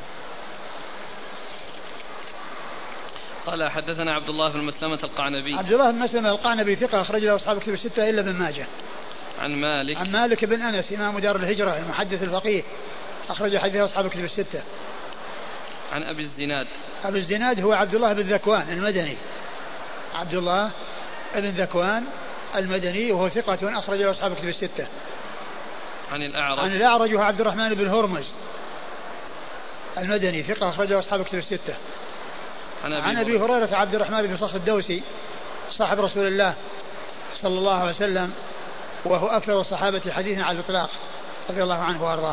قال حدثنا عبد الله بن مسلمة القعنبي.
عبد الله بن مسلمة القعنبي ثقة أخرج له أصحاب الكتب الستة إلا ابن ماجه.
عن
مالك بن أنس إمام دار الهجرة المحدث الفقيه أخرج حديثه أصحاب الكتب الستة.
عن أبي الزناد.
أبي الزناد هو عبد الله بن ذكوان المدني، عبد الله بن ذكوان المدني وهو ثقة أخرج له أصحاب الكتب الستة.
عن الأعرج.
عن الأعرج هو عبد الرحمن بن هرمز المدني ثقة أخرج له أصحاب الكتب الستة. عن أبي هريرة عبد الرحمن بن صخر الدوسي صاحب رسول الله صلى الله عليه وسلم، وهو أكثر الصحابة حديثا على الإطلاق رضي الله عنه وأرضاه.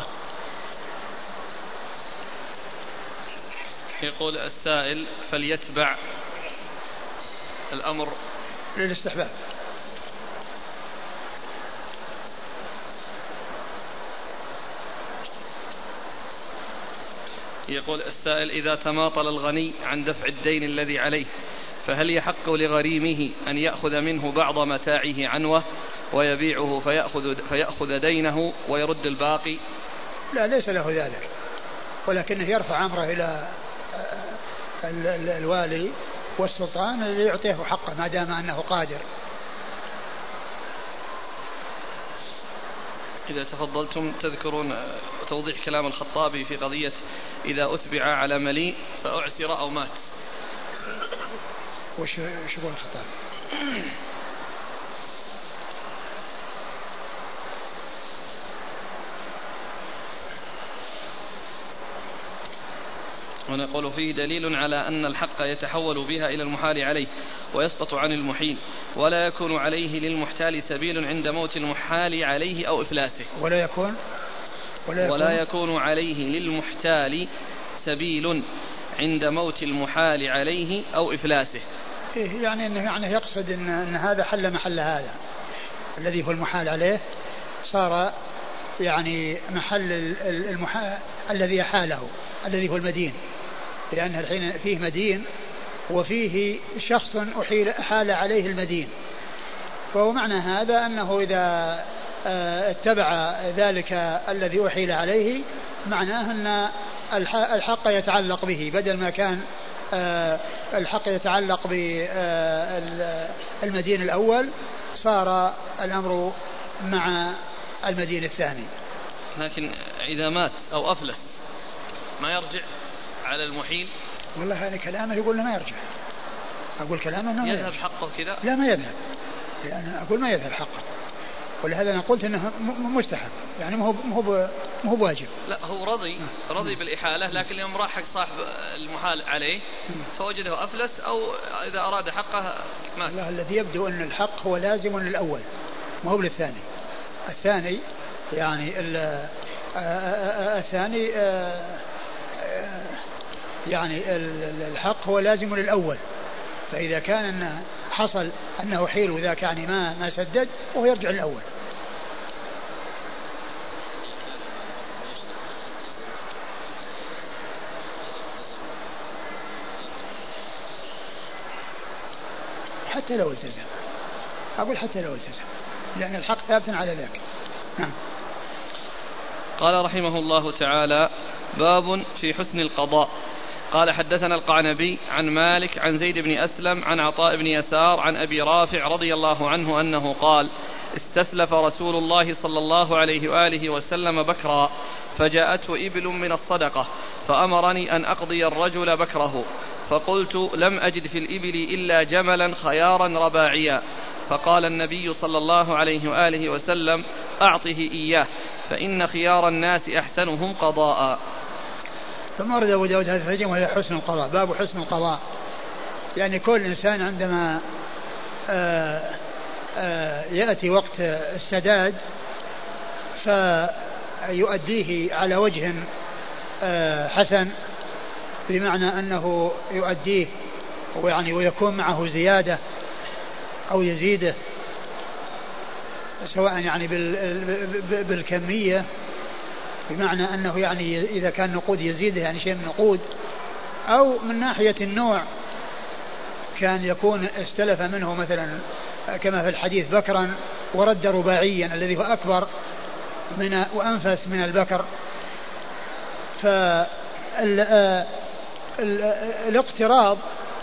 يقول السائل فليتبع الأمر
للاستحباب.
يقول السائل إذا تماطل الغني عن دفع الدين الذي عليه فهل يحق لغريمه أن يأخذ منه بعض متاعه عنوة ويبيعه فيأخذ دينه ويرد الباقي؟
لا، ليس له ذلك، ولكنه يرفع أمره إلى الوالي والسلطان ليعطيه حقه ما دام أنه قادر.
إذا تفضلتم تذكرون توضيح كلام الخطابي في قضية إذا أتبع على مليء فأعسر أو مات.
وش يقول الخطابي؟
ونقول فيه دليل على أن الحق يتحول بها إلى المحال عليه ويسقط عن المحيل، ولا يكون عليه للمحتال سبيل عند موت المحال عليه أو إفلاسه. ولا يكون عليه للمحتال سبيل عند موت المحال عليه أو إفلاسه.
يعني أنه يقصد أن هذا حل محل هذا الذي هو المحال عليه، صار يعني محل المحال الذي حاله الذي هو المدين، لأن الحين فيه مدين وفيه شخص حال عليه المدين، فهو معنى هذا أنه إذا اتبع ذلك الذي أحيل عليه معناه أن الحق يتعلق به، بدل ما كان الحق يتعلق بالمدين الأول صار الأمر مع المدين الثاني.
لكن إذا مات أو أفلس ما يرجع على المحيل؟
والله هذا كلامه يقول ما يرجع. أقول كلامه أنه
يذهب حقه كذا؟
لا ما يذهب، يعني أقول ما يذهب حقه، ولهذا أنا قلت أنه مستحب، يعني مو واجب.
لا هو رضي بالإحالة، لكن اليوم راح حق صاحب المحال عليه فوجده أفلس أو إذا أراد حقه مات.
والله الذي يبدو أن الحق هو لازم للأول ما هو للثاني. الثاني يعني الثاني يعني الحق هو لازم للأول، فإذا كان أنه حصل أنه حيل وذاك يعني ما سدد وهو يرجع للأول. حتى لو التزم، أقول حتى لو التزم، لأن الحق ثابت على ذاك. نعم.
قال رحمه الله تعالى: باب في حسن القضاء. قال: حدثنا القعنبي عن مالك عن زيد بن أسلم عن عطاء بن يسار عن أبي رافع رضي الله عنه أنه قال: استسلف رسول الله صلى الله عليه وآله وسلم بكرا، فجاءته إبل من الصدقة، فأمرني أن أقضي الرجل بكره، فقلت: لم أجد في الإبل إلا جملا خيارا رباعيا. فقال النبي صلى الله عليه وآله وسلم: أعطه إياه، فإن خيار الناس أحسنهم قضاء.
ثم ورد أبو داود هذا الترجمة وهي حسن القضاء. باب حسن القضاء، يعني كل إنسان عندما يأتي وقت السداد فيؤديه على وجه حسن، بمعنى أنه يؤديه ويعني ويكون معه زيادة أو يزيده، سواء يعني بالكمية، بمعنى أنه يعني إذا كان نقود يزيده يعني شيء من نقود، أو من ناحية النوع كان يكون استلف منه مثلا كما في الحديث بكرا ورد رباعيا الذي هو أكبر من وأنفس من البكر. فالاقتراض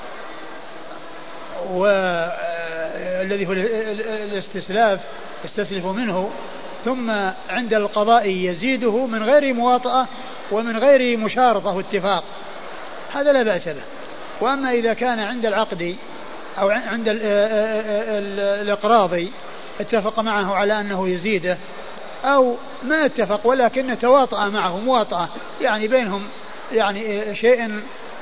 والذي هو الاستسلاف يستسلف منه، ثم عند القضاء يزيده من غير مواطأة ومن غير مشارطة واتفاق، هذا لا بأس به. وأما إذا كان عند العقد أو عند الإقراض اتفق معه على أنه يزيده، أو ما اتفق ولكن تواطأ معه مواطأة يعني بينهم يعني شيء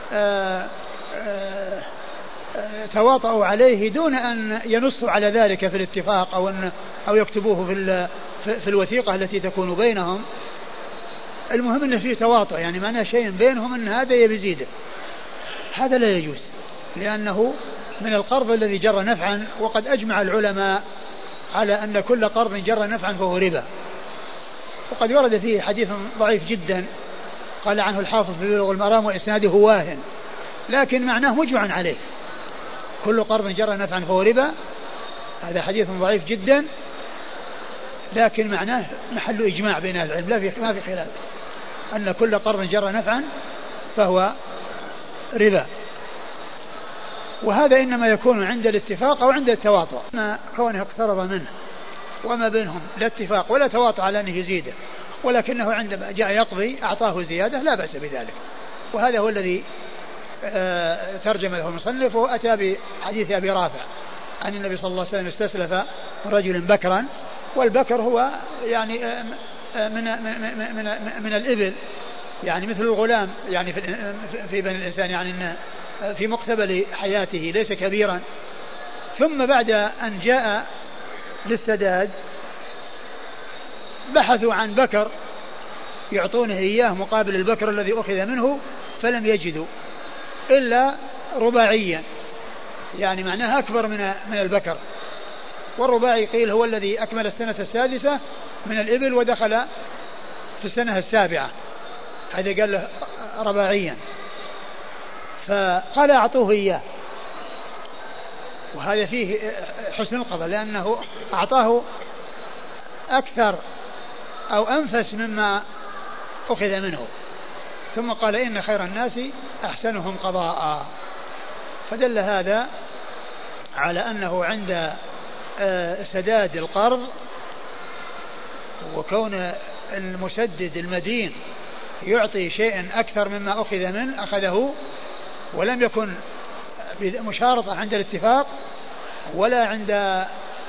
تواطؤوا عليه دون أن ينصوا على ذلك في الاتفاق أو يكتبوه في الوثيقة التي تكون بينهم. المهم أن فيه تواطؤ، يعني معناه شيء بينهم أن هذا يزيده، هذا لا يجوز، لأنه من القرض الذي جر نفعا، وقد أجمع العلماء على أن كل قرض جر نفعا فهو ربا. وقد ورد فيه حديث ضعيف جدا قال عنه الحافظ في بلوغ المرام وإسناده واه، لكن معناه مجمع عليه، كل قرض جر نفعا فهو ربا، هذا حديث ضعيف جدا، لكن معناه محل إجماع بين العلم، ما في خلاف أن كل قرض جر نفعا فهو ربا. وهذا إنما يكون عند الاتفاق أو عند التواطؤ، ما كونه اقترض منه وما بينهم لا اتفاق ولا تواطؤ على أنه يزيده، ولكنه عندما جاء يقضي أعطاه زيادة لا بأس بذلك. وهذا هو الذي ترجم له المصنف، وأتى بحديث أبي رافع عن النبي صلى الله عليه وسلم استسلف رجل بكرا، والبكر هو يعني من الإبل، يعني مثل الغلام يعني في بني الإنسان، يعني في مقتبل حياته ليس كبيرا. ثم بعد أن جاء للسداد بحثوا عن بكر يعطونه إياه مقابل البكر الذي أخذ منه، فلم يجدوا إلا رباعيا، يعني معناه أكبر من البكر. والرباعي قيل هو الذي أكمل السنة السادسة من الإبل ودخل في السنة السابعة، هذا قال له رباعيا، فقال أعطوه إياه. وهذا فيه حسن القضاء، لأنه أعطاه أكثر أو أنفس مما أخذ منه، ثم قال إن خير الناس أحسنهم قضاء. فدل هذا على أنه عند سداد القرض وكون المسدد المدين يعطي شيئا أكثر مما أخذ منه أخذه، ولم يكن مشارطة عند الاتفاق ولا عند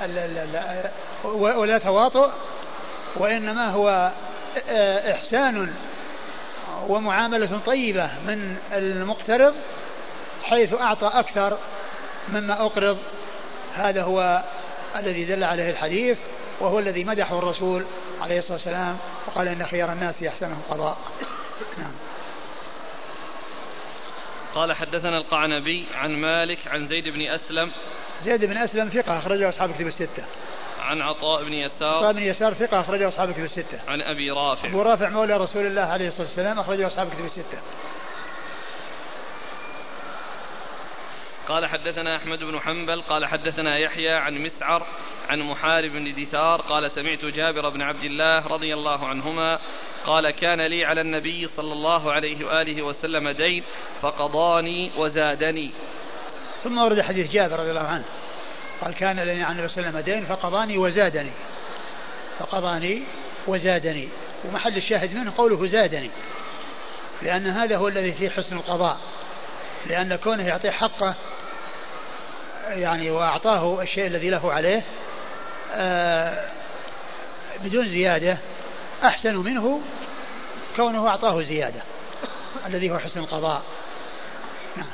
ولا تواطؤ، وإنما هو إحسان ومعاملة طيبة من المقترض حيث أعطى أكثر مما أقرض. هذا هو الذي دل عليه الحديث، وهو الذي مدحه الرسول عليه الصلاة والسلام وقال إن خير الناس يحسنهم قضاء. نعم.
قال حدثنا القعنبي عن مالك عن زيد بن أسلم.
زيد بن أسلم ثقة أخرجه أصحاب الكتب الستة.
عن عطاء بن يسار.
عطاء بن يسار ثقة أخرجه أصحاب الكتب الستة.
عن أبي رافع.
أبو رافع مولى رسول الله عليه الصلاة والسلام أخرجه أصحاب الكتب الستة.
قال حدثنا أحمد بن حنبل قال حدثنا يحيى عن مسعر عن محارب بن دثار قال سمعت جابر بن عبد الله رضي الله عنهما قال كان لي على النبي صلى الله عليه وآله وسلم دين فقضاني وزادني.
ثم ورد حديث جابر رضي الله عنه قال كان لي على النبي صلى الله عليه وسلم دين فقضاني وزادني. فقضاني وزادني، ومحل الشاهد منه قوله زادني، لأن هذا هو الذي فيه حسن القضاء، لأن كونه يعطيه حقه يعني وأعطاه الشيء الذي له عليه بدون زيادة أحسن منه كونه أعطاه زيادة الذي هو حسن القضاء. نعم.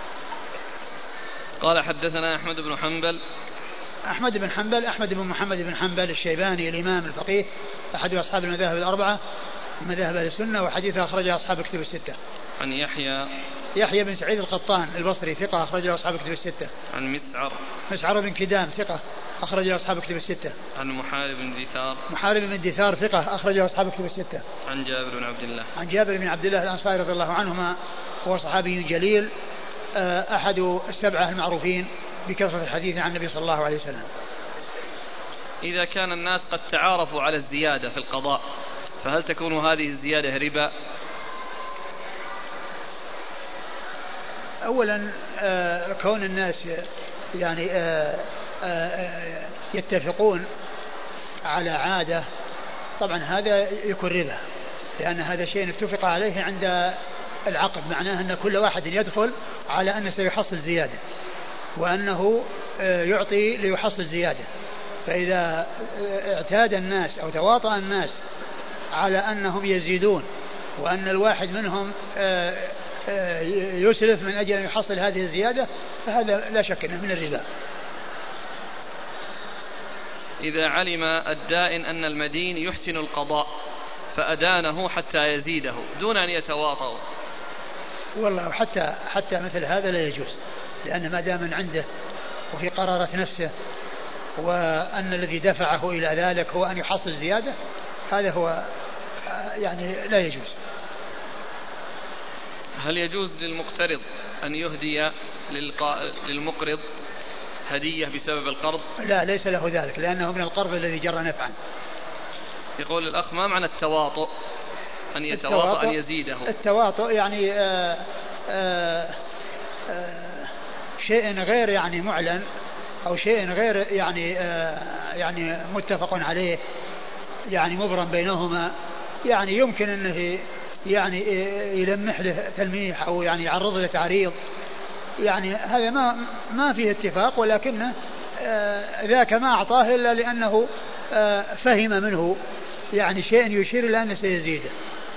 قال حدثنا أحمد بن حنبل.
أحمد بن حنبل أحمد بن محمد بن حنبل الشيباني الإمام الفقيه أحد أصحاب المذاهب الأربعة مذاهب أهل السنة، وحديثه أخرجه أصحاب الكتب الستة.
عن
يحيى بن سعيد القطان البصري ثقة أخرجه أصحاب الكتب الستة.
عن
مسعر بن كدام ثقة أخرجه أصحاب الكتب الستة.
عن محارب بن
دثار ثقة أخرجه أصحاب الكتب الستة.
عن
جابر بن عبد الله الأنصاري رضي الله عنهما، هو صحابي جليل أحد السبعة المعروفين بكثرة الحديث عن النبي صلى الله عليه وسلم.
إذا كان الناس قد تعارفوا على الزيادة في القضاء فهل تكون هذه الزيادة ربا؟
أولا كون الناس يعني يتفقون على عادة طبعا هذا يكون ربا، لأن هذا شيء اتفق عليه عند العقد، معناه أن كل واحد يدخل على أنه سيحصل زيادة وأنه يعطي ليحصل زيادة. فإذا اعتاد الناس أو تواطأ الناس على أنهم يزيدون وأن الواحد منهم يسلف من أجل أن يحصل هذه الزيادة فهذا لا شك أنه من الربا.
إذا علم الدائن أن المدين يحسن القضاء فأدانه حتى يزيده دون أن يتواطأ،
والله حتى مثل هذا لا يجوز، لأن ما دام عنده وفي قرارة نفسه وأن الذي دفعه إلى ذلك هو أن يحصل زيادة هذا هو يعني لا يجوز.
هل يجوز للمقترض أن يهدي للمقرض هدية بسبب القرض؟
لا، ليس له ذلك، لأنه من القرض الذي جرى نفعا.
يقول الأخ ما معنى التواطؤ؟ أن يتواطأ أن يزيده.
التواطؤ يعني شيء غير يعني معلن أو شيء غير يعني متفق عليه يعني مبرم بينهما، يعني يمكن أنه يعني يلمح له تلميح أو يعني يعرض له تعريض، يعني هذا ما فيه اتفاق، ولكنه ذاك ما أعطاه إلا لأنه فهم منه يعني شيء يشير إلى أنه سيزيده.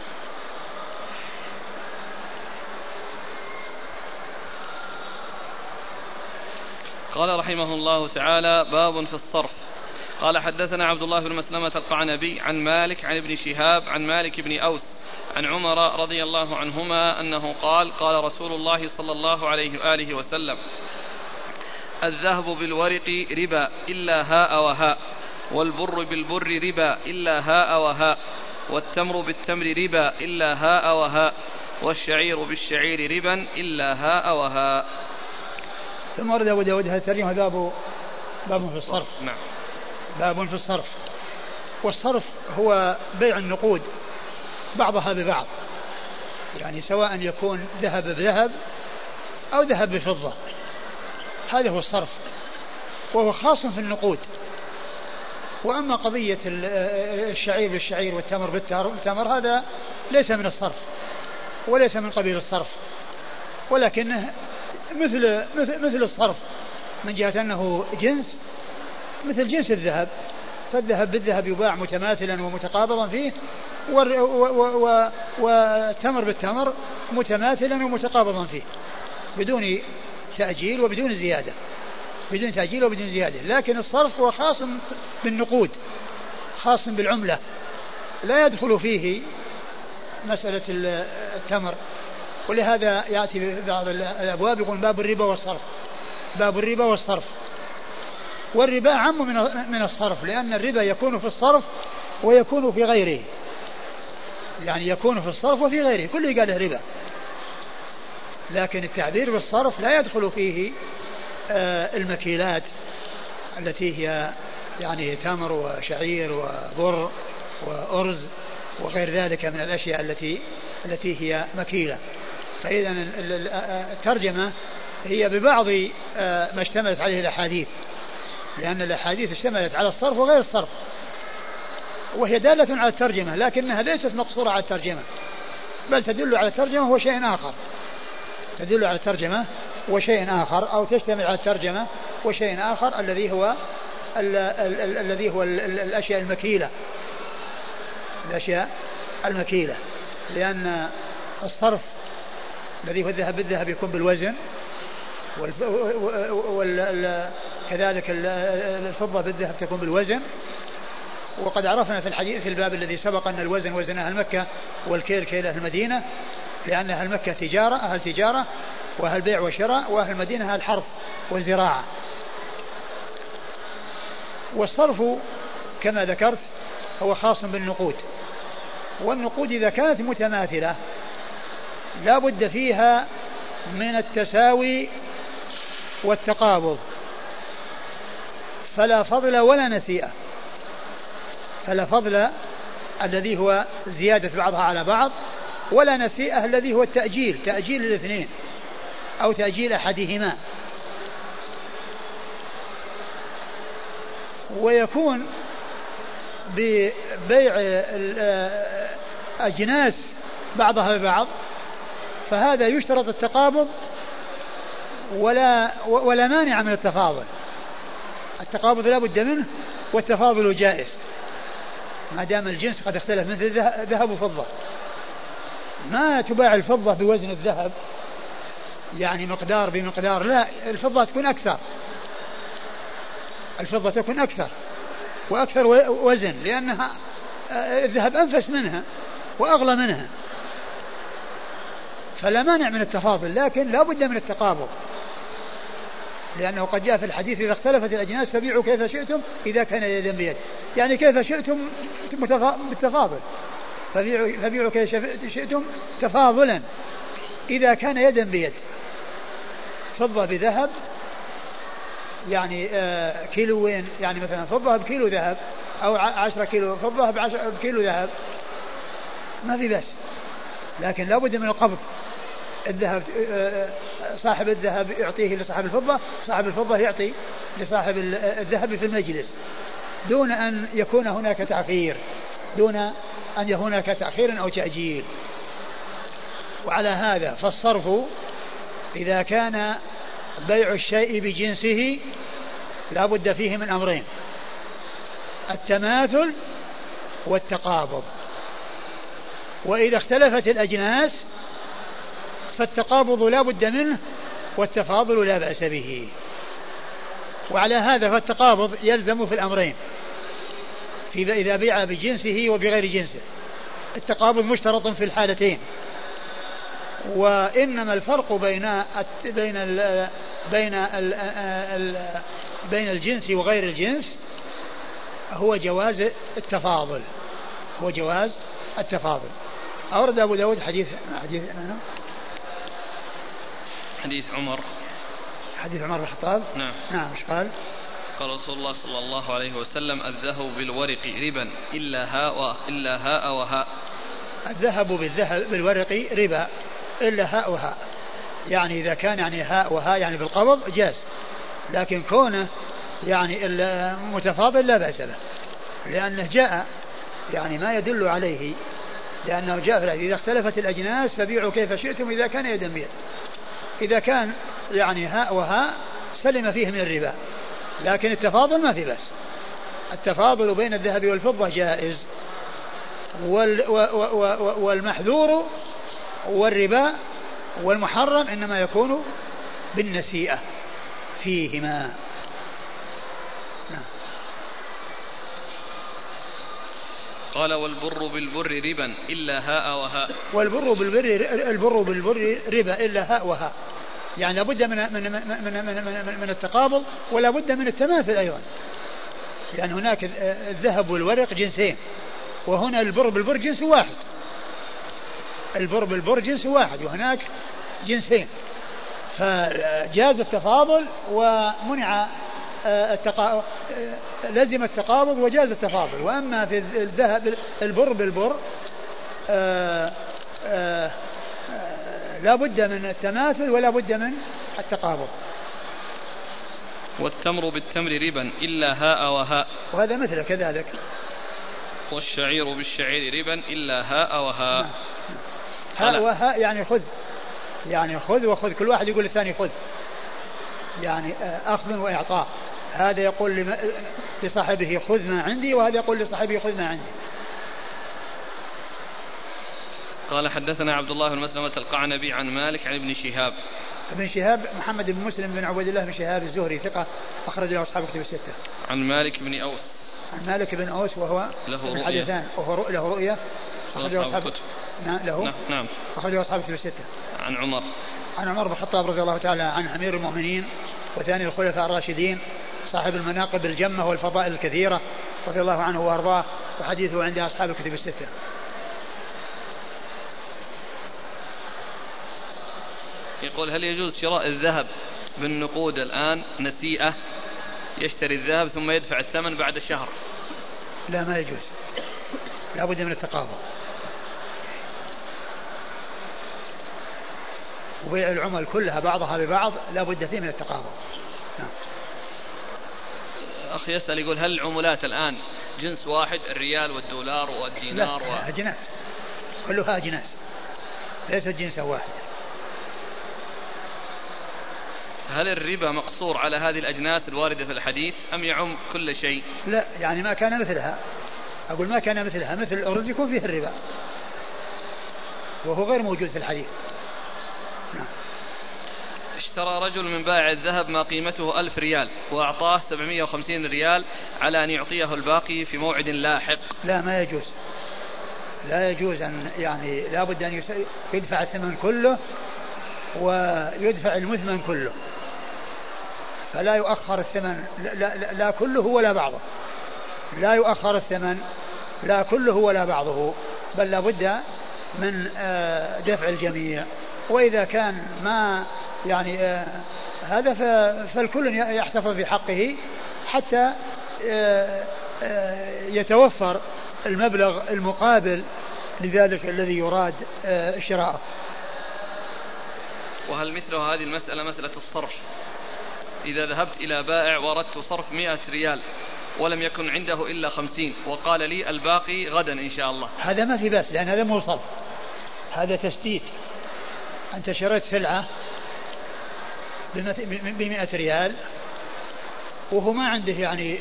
قال رحمه الله تعالى: باب في الصرف. قال حدثنا عبد الله بن مسلمة القعنبي عن مالك عن ابن شهاب عن مالك بن أوس عن عمر رضي الله عنهما أنه قال: قال رسول الله صلى الله عليه وآله وسلم: الذهب بالورق ربا إلا هاء وهاء، والبر بالبر ربا إلا هاء وهاء، والتمر بالتمر ربا إلا هاء وهاء، والشعير بالشعير ربا إلا هاء وهاء.
ثم ورد أبو داود هذا الترجمة باب في الصرف.
نعم.
باب في الصرف. والصرف هو بيع النقود بعضها ببعض، يعني سواء يكون ذهب بذهب أو ذهب بفضة، هذا هو الصرف، وهو خاص في النقود. وأما قضية الشعير بالشعير والتمر بالتمر هذا ليس من الصرف وليس من قبيل الصرف، ولكنه مثل الصرف من جهة أنه جنس مثل جنس الذهب، فالذهب بالذهب يباع متماثلا ومتقابضا فيه، والتمر بالتمر متماثلا ومتقابضا فيه بدون تأجيل وبدون زيادة، بدون تأجيل وبدون زيادة. لكن الصرف هو خاص بالنقود، خاص بالعملة، لا يدخل فيه مسألة التمر. ولهذا يأتي في بعض الأبواب يقول باب الربا والصرف، باب الربا والصرف. والربا عام من الصرف، لأن الربا يكون في الصرف ويكون في غيره، يعني يكون في الصرف وفي غيره، كله قال ربا. لكن التعبير بالصرف لا يدخل فيه المكيلات التي هي يعني تمر وشعير وبر وأرز وغير ذلك من الأشياء التي هي مكيلة. فإذا الترجمة هي ببعض ما اشتملت عليه الأحاديث، لأن الأحاديث اشتملت على الصرف وغير الصرف، وهي دالة على الترجمة، لكنها ليست مقصورة على الترجمة، بل تدل على الترجمة وهو شيء آخر، تدل على الترجمة وشيء آخر، أو تشتمل على الترجمة وشيء آخر الذي هو الأشياء المكيلة، الأشياء المكيلة. لأن الصرف الذي هو الذهب بالذهب يكون بالوزن، كذلك الفضة بالذهب تكون بالوزن. وقد عرفنا في الحديث في الباب الذي سبق أن الوزن وزن أهل مكة والكيل كيل أهل المدينة، لأن أهل مكة تجارة، أهل تجارة وأهل بيع وشراء، وأهل المدينة أهل حرث والزراعة. والصرف كما ذكرت هو خاص بالنقود، والنقود إذا كانت متماثلة لا بد فيها من التساوي والتقابض، فلا فضل ولا نسيئة، فلا فضل الذي هو زيادة بعضها على بعض، ولا نسيئة الذي هو التأجيل، تأجيل الاثنين أو تأجيل أحدهما. ويكون ببيع أجناس بعضها ببعض، فهذا يشترط التقابض ولا مانع من التفاضل، التقابض لا بد منه والتفاضل جائز ما دام الجنس قد اختلف، مثل ذهب وفضة، ما تباع الفضة بوزن الذهب يعني مقدار بمقدار، لا، الفضة تكون أكثر، الفضة تكون أكثر وأكثر وزن، لأنها الذهب أنفس منها وأغلى منها، فلا مانع من التفاضل، لكن لا بد من التقابض، لأنه قد جاء في الحديث إذا اختلفت الأجناس فبيعوا كيف شئتم إذا كان يدا بيد، يعني كيف شئتم بالتفاضل، فبيعوا كيف شئتم تفاضلا إذا كان يدا بيد. فضة بذهب يعني كيلوين، يعني مثلا فضة بكيلو ذهب أو 10 كيلو فضة بكيلو ذهب ما في بس، لكن لا بد من القبض. الذهب صاحب الذهب يعطيه لصاحب الفضة، صاحب الفضة يعطي لصاحب الذهب في المجلس، دون أن يكون هناك تأخير، دون أن يكون هناك تأخير أو تأجيل. وعلى هذا فالصرف إذا كان بيع الشيء بجنسه لا بد فيه من أمرين: التماثل والتقابض. وإذا اختلفت الأجناس فالتقابض لا بد منه والتفاضل لا بأس به. وعلى هذا فالتقابض يلزم في الأمرين، إذا بيع بجنسه وبغير جنسه التقابض مشترط في الحالتين. وإنما الفرق بين الجنس وغير الجنس هو جواز التفاضل، هو جواز التفاضل. أورد أبو داود حديث
عمر،
حديث عمر بن الخطاب. نعم. ايش قال؟
قال رسول الله صلى الله عليه وسلم: الذهب بالورق ربا إلا هاء وهاء. الذهب
بالورق ربا إلا هاء وهاء، يعني إذا كان يعني هاء وهاء يعني بالقبض جاز، لكن كونه يعني المتفاضل لا بأس به، لأنه جاء يعني ما يدل عليه لأنه جاء في الحديث إذا اختلفت الأجناس فبيعوا كيف شئتم إذا كان يدا بيد. إذا كان يعني هاء وهاء سلم فيه من الربا، لكن التفاضل ما في بس. التفاضل بين الذهب والفضة جائز، والمحذور والربا والمحرم إنما يكون بالنسيئة فيهما.
قال والبر بالبر ربا إلا هاء وهاء.
البر بالبر ربا إلا هاء وهاء، يعني لابد من التقابض ولا بد من التماثل أيضا، يعني هناك الذهب والورق جنسين، وهنا البر بالبر جنس واحد. البر بالبر جنس واحد وهناك جنسين، فجاز التفاضل ومنع لزم التقابض وجاز التفاضل. وأما في الذهب البر بالبر لا بد من التماثل ولا بد من التقابض.
والتمر بالتمر ربا إلا هاء وهاء،
وهذا مثله كذلك.
والشعير بالشعير ربا إلا هاء وهاء.
هاء وهاء يعني خذ، يعني خذ وخذ، كل واحد يقول للثاني خذ، يعني أخذ وإعطاء. هذا يقول لصاحبه خذ ما عندي، وهذا يقول لصاحبه خذ ما عندي.
قال حدثنا عبد الله بن مسلمة القعنبي عن مالك عن ابن شهاب.
ابن شهاب محمد بن مسلم بن عبد الله بن شهاب الزهري ثقة أخرج له أصحاب كتب الستة.
عن مالك بن أوس.
عن مالك بن أوس وهو
له رؤية.
وهو له رؤية أخرج له أصحاب.
نعم.
أخرج له أصحاب كتب الستة.
عن عمر.
عن عمر بن الخطاب رضي الله تعالى عن أمير المؤمنين وثاني الخلفاء الراشدين صاحب المناقب الجمة والفضائل الكثيرة رضي الله عنه وأرضاه، وحديثه عند أصحاب الكتب الستة.
يقول هل يجوز شراء الذهب بالنقود الآن نسيئة، يشتري الذهب ثم يدفع الثمن بعد شهر؟
لا، ما يجوز، لا بد من التقابض. وبيع العمل كلها بعضها ببعض لا بد فيه من التقابض.
أخ يسأل يقول هل العملات الآن جنس واحد، الريال والدولار والدينار؟
لا، أجناس، كلها أجناس ليست جنسا واحد.
هل الربا مقصور على هذه الأجناس الواردة في الحديث أم يعم كل شيء؟
لا، يعني ما كان مثلها، أقول ما كان مثلها، مثل الأرز يكون فيه الربا وهو غير موجود في الحديث. نعم.
اشترى رجل من بائع الذهب ما قيمته 1000 ريال وأعطاه 750 ريال على أن يعطيه الباقي في موعد لاحق.
لا، ما يجوز، لا يجوز أن يعني لا بد أن يدفع الثمن كله ويدفع المثمن كله، فلا يؤخر الثمن لا كله ولا بعضه، لا يؤخر الثمن لا كله ولا بعضه، بل لا بد من دفع الجميع. وإذا كان ما يعني هذا فالكل يحتفظ بحقه حتى يتوفر المبلغ المقابل لذلك الذي يراد شراءه.
وهل مثل هذه المسألة مسألة الصرف؟ إذا ذهبت إلى بائع وردت صرف 100 ريال ولم يكن عنده إلا 50 وقال لي الباقي غدا إن شاء الله،
هذا ما في بأس، لأن هذا مو صرف، هذا تسديد. أنت شريت سلعة ب100 ريال وهو ما عنده يعني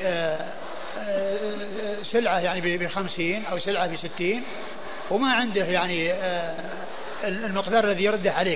سلعة يعني ب50 أو سلعة ب60 وما عنده يعني المقدار الذي يرده عليك،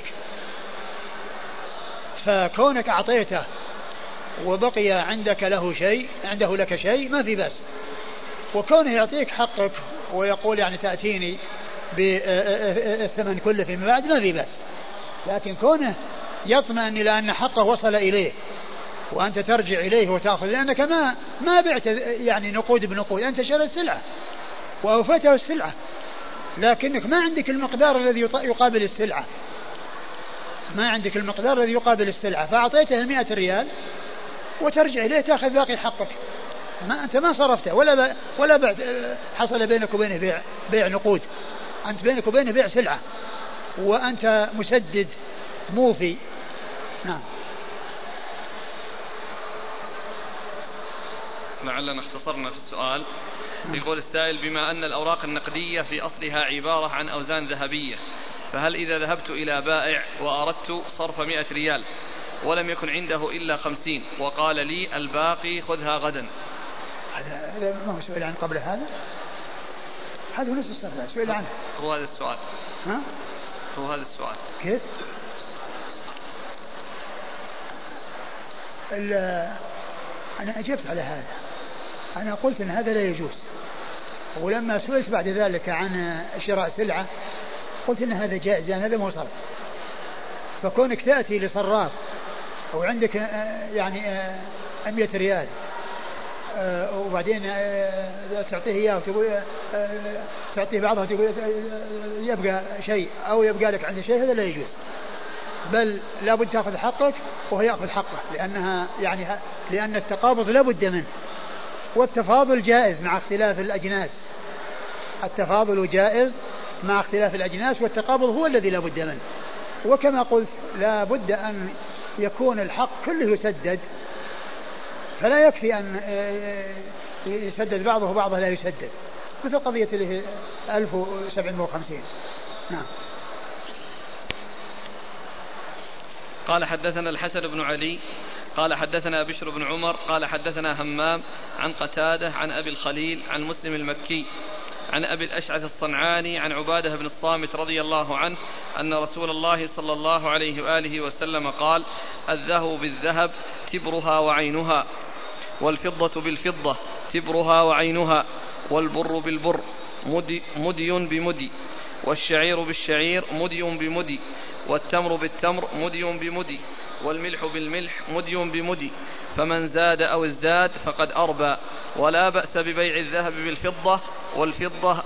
فكونك أعطيته وبقي عندك له شيء، عنده لك شيء، ما في بأس. وكونه يعطيك حقك ويقول يعني تأتيني بالثمن كله فيما بعد ما في بأس، لكن كونه يطمئن إلى أن حقه وصل إليه وأنت ترجع إليه وتأخذ، لأنك ما بعت يعني نقود بنقود، أنت شريت سلعة وأوفيته السلعة، لكنك ما عندك المقدار الذي يقابل السلعة، ما عندك المقدار الذي يقابل السلعة، فأعطيته 100 ريال وترجع إليه تأخذ باقي حقك. ما أنت ما صرفته ولا بعد حصل بينك وبينه بيع نقود، أنت بينك وبينه بيع سلعة وأنت مسدد موفي. نعم.
لعلنا اختصرنا في السؤال. يقول السائل: بما أن الأوراق النقدية في أصلها عبارة عن أوزان ذهبية، فهل إذا ذهبت إلى بائع وأردت صرف 100 ريال ولم يكن عنده إلا 50 وقال لي الباقي خذها غدا؟
هذا ما هو سؤال عن قبل هذا؟ هذا هو نفس السؤال، سؤال عنه.
هو هذا السؤال.
ها؟
هو هذا السؤال.
كيف؟ أنا أجبت على هذا. أنا قلت أن هذا لا يجوز، ولما سئلت بعد ذلك عن شراء سلعة قلت أن هذا جائز، يعني هذا مو صرف. فكونك تأتي لصراف أو عندك يعني 100 ريال وبعدين تعطيه إياه وتقول تعطيه بعضها تقول يبقى شيء أو يبقى لك عنده شيء، هذا لا يجوز، بل لابد تأخذ حقك وهو يأخذ حقه، لأنها يعني لأن التقابض لابد منه، والتفاضل جائز مع اختلاف الأجناس. التفاضل جائز مع اختلاف الأجناس، والتقابض هو الذي لابد منه. وكما قلت لابد أن يكون الحق كله يسدد، فلا يكفي أن يسدد بعضه وبعضه لا يسدد، مثل قضية اللي هي 1750. نعم.
قال حدثنا الحسن بن علي قال حدثنا بشر بن عمر قال حدثنا همام عن قتادة عن أبي الخليل عن مسلم المكي عن أبي الأشعث الصنعاني عن عبادة بن الصامت رضي الله عنه أن رسول الله صلى الله عليه وآله وسلم قال: الذهب بالذهب تبرها وعينها، والفضة بالفضة تبرها وعينها، والبر بالبر مدي بمدي، والشعير بالشعير مدي بمدي، والتمر بالتمر مدي بمدي، والملح بالملح مدي بمدي، فمن زاد أو ازداد فقد أربى، ولا بأس ببيع الذهب بالفضة، والفضة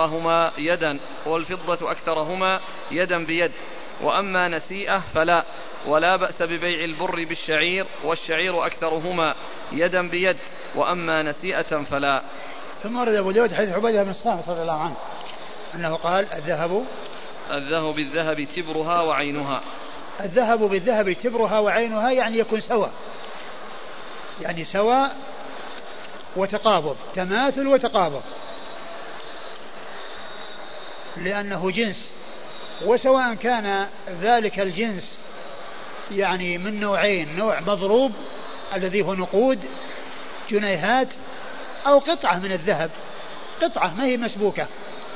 أكثرهما يدا بيد، وأما نسيئة فلا، ولا بأس ببيع البر بالشعير، والشعير أكثرهما يدا بيد، وأما نسيئة فلا.
ثم ورد أبو داود حديث عبادة بن الصامت رضي الله عنه أنه قال:
الذهب بالذهب تبرها وعينها.
الذهب بالذهب تبرها وعينها، يعني يكون سواء، يعني سواء وتقابض، تماثل وتقابض، لأنه جنس. وسواء كان ذلك الجنس يعني من نوعين: نوع مضروب الذي هو نقود جنيهات، أو قطعة من الذهب، قطعة ما هي مسبوكة،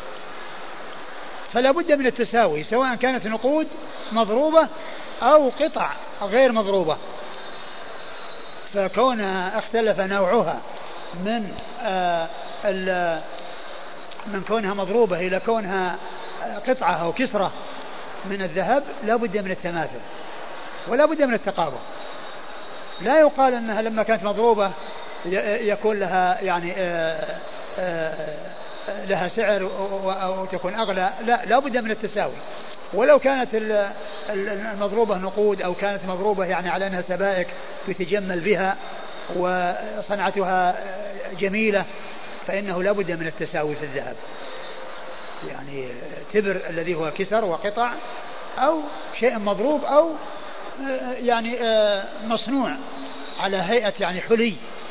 فلا بد من التساوي، سواء كانت نقود مضروبة أو قطع غير مضروبة. فكونها اختلف نوعها من كونها مضروبة إلى كونها قطعة أو كسرة من الذهب، لا بد من التماثل ولا بد من التقابض. لا يقال أنها لما كانت مضروبة يكون لها يعني لها سعر أو تكون أغلى، لا بد من التساوي. ولو كانت المضروبة نقود أو كانت مضروبة يعني على أنها سبائك يتجمل بها وصنعتها جميلة، فإنه لا بد من التساوي في الذهب، يعني تبر الذي هو كسر وقطع، أو شيء مضروب، أو يعني مصنوع على هيئة يعني حلي،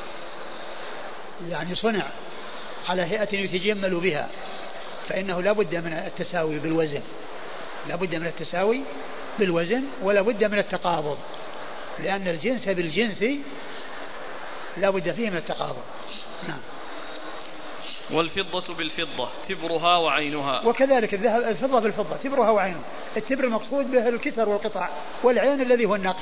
يعني صنع على هيئة يتجمل بها، فإنه لا بد من التساوي بالوزن، لا بد من التساوي بالوزن، ولا بد من التقابض، لأن الجنس بالجنس لا بد فيه من التقابض. نعم.
والفضة بالفضة تبرها وعينها.
وكذلك الفضة بالفضة تبرها وعينها. التبر المقصود به الكسر والقطع، والعين الذي هو النقد.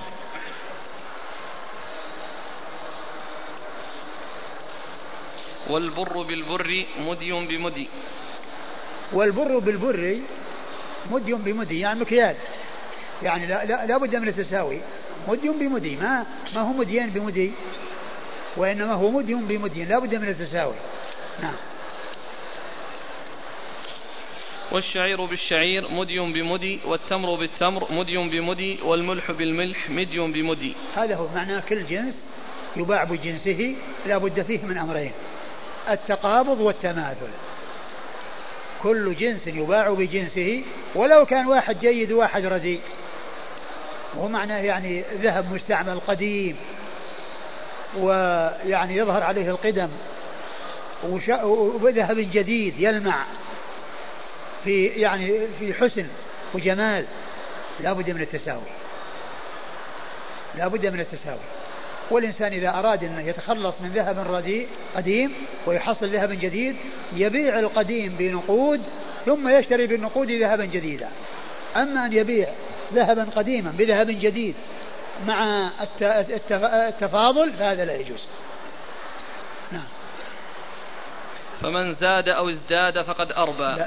والبر بالبر مدي بمدي.
والبر بالبر مدي بمدي، يعني مكيال، يعني لا بد من التساوي، مدي بمدي، ما هو مديين بمدي، وإنما هو مدي بمدي، لا بد من التساوي. نعم.
والشعير بالشعير مدي بمدي، والتمر بالتمر مدي بمدي، والملح بالملح مدي بمدي.
هذا هو معناه كل جنس يباع بجنسه، لا بد فيه من أمرين: التقابض والتماثل. كل جنس يباع بجنسه، ولو كان واحد جيد وواحد رديء، وهو معناه يعني ذهب مستعمل قديم ويعني يظهر عليه القدم وذهب جديد يلمع في يعني في حسن وجمال، لا بد من التساوي، لا بد من التساوي. والإنسان إذا أراد أن يتخلص من ذهب رديء قديم ويحصل ذهب جديد يبيع القديم بنقود ثم يشتري بالنقود ذهبا جديدا. أما أن يبيع ذهبا قديما بذهب جديد مع التفاضل فهذا لا يجوز. نعم.
فمن زاد أو ازداد فقد أربى.
لا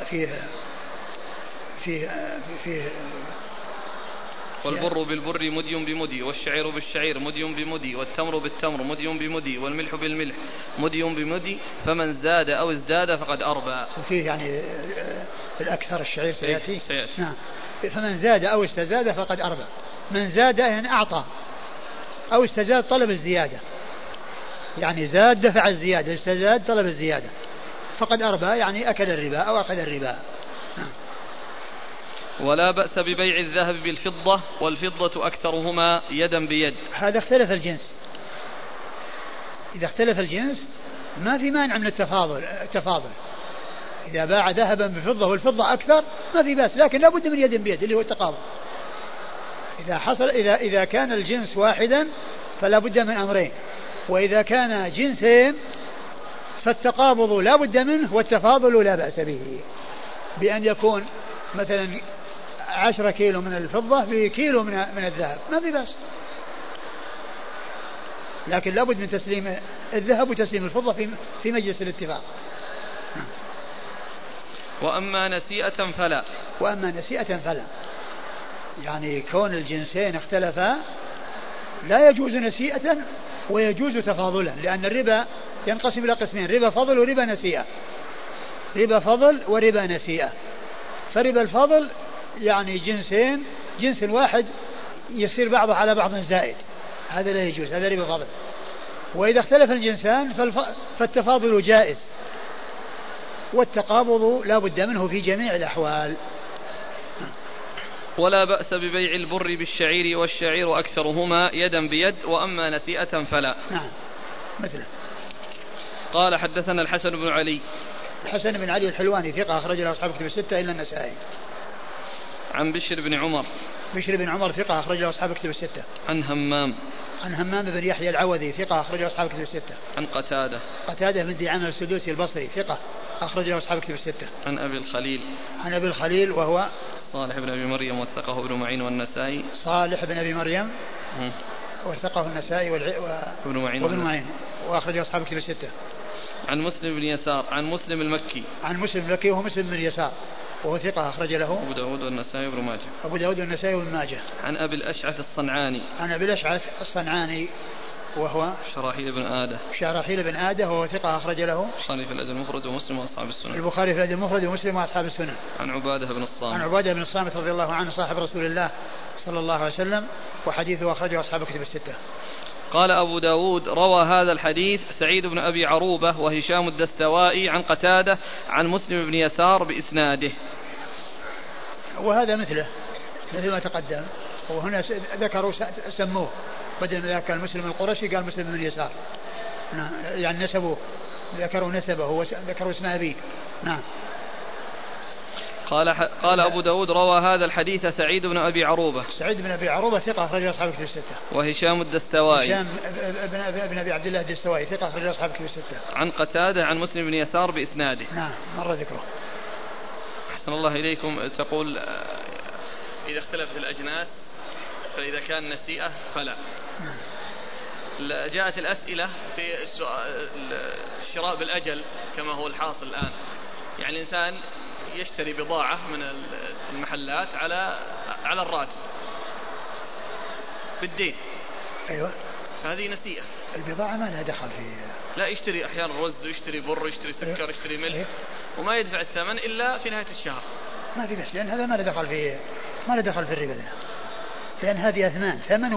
فيه
والبر بالبر مدي بمدي، والشعير بالشعير مدي بمدي، والتمر بالتمر مدي بمدي، والملح بالملح مدي بمدي، فمن زاد أو ازداد فقد أربى.
وفيه يعني الأكثر الشعير سيأتي.
نعم.
فمن زاد أو استزاد فقد أربى. من زاد يعني أعطى، أو استزاد طلب الزيادة، يعني زاد دفع الزيادة، استزاد طلب الزيادة، فقد أربى يعني أكل الربا أو أخذ الربا.
ولا بأس ببيع الذهب بالفضة، والفضة أكثرهما يدا بيد.
هذا اختلف الجنس، إذا اختلف الجنس ما في مانع من التفاضل. إذا باع ذهبا بفضة والفضة أكثر ما في بأس، لكن لا بد من يد بيد اللي هو التقابض. إذا كان الجنس واحدا فلا بد من أمرين، وإذا كان جنسين فالتقابض لا بد منه والتفاضل لا بأس به، بأن يكون مثلا 10 كيلو من الفضة بكيلو من الذهب ما في بأس، لكن لا بد من تسليم الذهب وتسليم الفضة في مجلس الاتفاق.
وأما نسيئة فلا.
وأما نسيئة فلا، يعني كون الجنسين اختلفا لا يجوز نسيئة ويجوز تفاضلا، لأن الربا ينقسم إلى قسمين: ربا فضل وربا نسيئة. ربا فضل وربا نسيئة. فربا الفضل يعني جنسين، جنس واحد يصير بعضه على بعض زائد، هذا لا يجوز، هذا ربا فضل. وإذا اختلف الجنسان فالتفاضل جائز، والتقابض لا بد منه في جميع الأحوال.
ولا بأس ببيع البر بالشعير، والشعير أكثرهما يدا بيد، وأما نسيئة فلا.
نعم مثله.
قال حدثنا الحسن بن علي.
الحسن بن علي الحلواني ثقة أخرج له أصحاب الكتب الستة إلا النسائي.
عن بشر بن عمر.
بشر بن عمر ثقة أخرج له أصحاب الكتب الستة.
عن همام.
عن همام بن يحيى العوذي ثقة أخرج له أصحاب الكتب الستة.
عن قتادة.
قتادة بن دعامة السدوسي البصري ثقة أخرج له أصحاب الكتب الستة.
عن أبي الخليل.
عن أبي الخليل وهو
صالح بن أبي مريم وثقه ابن معين والنسائي.
صالح بن أبي مريم وثقه النسائي
وابن معين
وأخرجه أصحاب الكتب الستة.
عن مسلم بن يسار. عن مسلم المكي.
عن مسلم المكي وهو مسلم بن يسار وهو ثقة أخرج له
أبو داود والنسائي وابن ماجه.
أبو داود والنسائي وابن ماجه.
عن أبي الأشعث الصنعاني.
عن أبي الأشعث الصنعاني وهو
شراحيل بن آدة.
شراحيل بن آدة وهو ثقة أخرج له
البخاري في الأدب المفرد ومسلم وأصحاب السنن.
البخاري في الأدب المفرد ومسلم وأصحاب السنن.
عن عبادة بن الصامت.
عن عبادة بن الصامت رضي الله عنه صاحب رسول الله صلى الله عليه وسلم، وحديثه أخرجه أصحاب الكتب الستة.
قال أبو داود: روى هذا الحديث سعيد بن أبي عروبة وهشام الدستوائي عن قتادة عن مسلم بن يسار بإسناده.
وهذا مثل ما تقدم، وهنا ذكروا سموه بدل ما ذكر مسلم القرشي قال مسلم بن يسار. نعم يعني نسبوه، ذكروا نسبه وذكروا اسم أبيه. نعم.
قال أبو داود: روى هذا الحديث سعيد بن أبي عروبة.
سعيد بن أبي عروبة ثقة أخرج أصحاب الكتب الستة.
وهشام الدستوائي.
هشام بن أبي عبد الله الدستوائي ثقة أخرج أصحاب الكتب الستة.
عن قتادة عن مسلم بن يسار بإسناده.
نعم مر ذكره.
أحسن الله إليكم. تقول إذا اختلفت الأجناس فإذا كان نسيئة فلا. جاءت الأسئلة في الشراء بالأجل كما هو الحاصل الآن، يعني الإنسان يشتري بضاعة من المحلات على الراتب بالدين.
أيوة.
فهذه نسيئة.
البضاعة ما لها دخل في.
لا، يشتري أحيانا رز ويشتري بر يشتري سكر يشتري ملح وما يدفع الثمن إلا في نهاية الشهر.
ما في بس، لأن هذا ما له دخل في الربا، لأن هذه أثمان، ثمن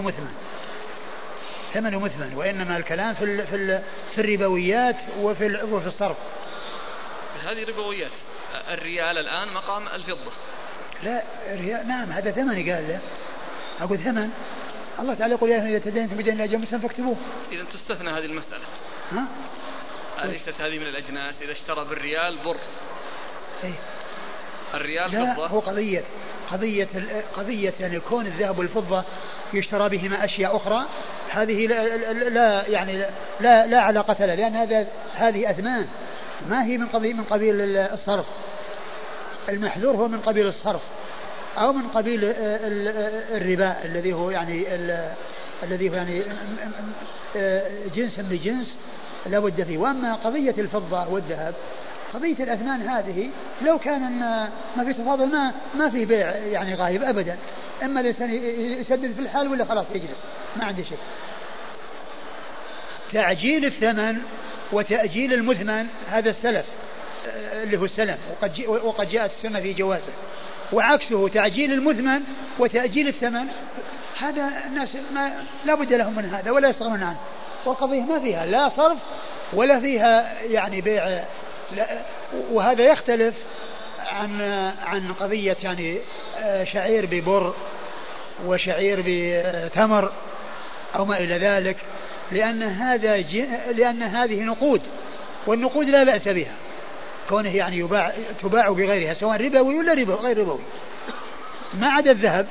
ومثمن، وإنما الكلام في الربويات وفي الصرف.
هذه ربويات. الريال الآن مقام الفضة.
لا الريال نعم هذا ثمن، قال له أقول ثمن الله تعالى يقول يا أيها الذين تدينتم بدين إلى أجل مسمى فاكتبوه.
إذا تستثنى هذه المسألة. أليست هذه من الأجناس؟ إذا اشترى بالريال بر
إيه؟
الريال
لا
فضة.
هو قضية يعني كون الذهب والفضة يشترى بهما أشياء أخرى، هذه لا يعني لا علاقة لها، لأن هذه أثمان ما هي من قبيل الصرف. المحذور هو من قبيل الصرف أو من قبيل الربا الذي هو يعني جنس بجنس لا بد فيه. وأما قضية الفضة والذهب قضية الأثمان هذه لو كان ما في تفاضل ما في بيع يعني غايب أبدا، إما الإنسان يسدد في الحال ولا خلاص يجلس ما عنده شيء. تعجيل الثمن وتأجيل المثمن هذا السلف اللي هو السلف، وقد جاءت السنة في جوازه. وعكسه تعجيل المثمن وتأجيل الثمن، هذا الناس لا بد لهم من هذا ولا يستغنون عنه. والقضية ما فيها لا صرف ولا فيها يعني بيع، وهذا يختلف عن قضية يعني شعير ببر وشعير بتمر أو ما إلى ذلك، لأن هذه نقود، والنقود لا بأس بها كونه يعني تباع بغيرها سواء ربوي ولا غير ربوي، ما عدا الذهب،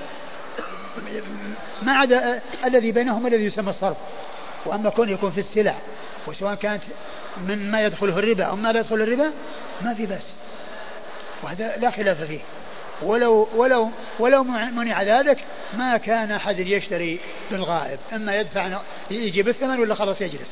ما عدا الذي بينهم الذي يسمى الصرف. وأما كون يكون في السلع وسواء كانت من ما يدخله الربا أو ما لا يدخل الربا ما في بأس، وهذا لا خلاف فيه. ولو منع ذلك ما كان أحد يشتري بالغائب، إما يدفع يجيب الثمن ولا خلاص يجلس.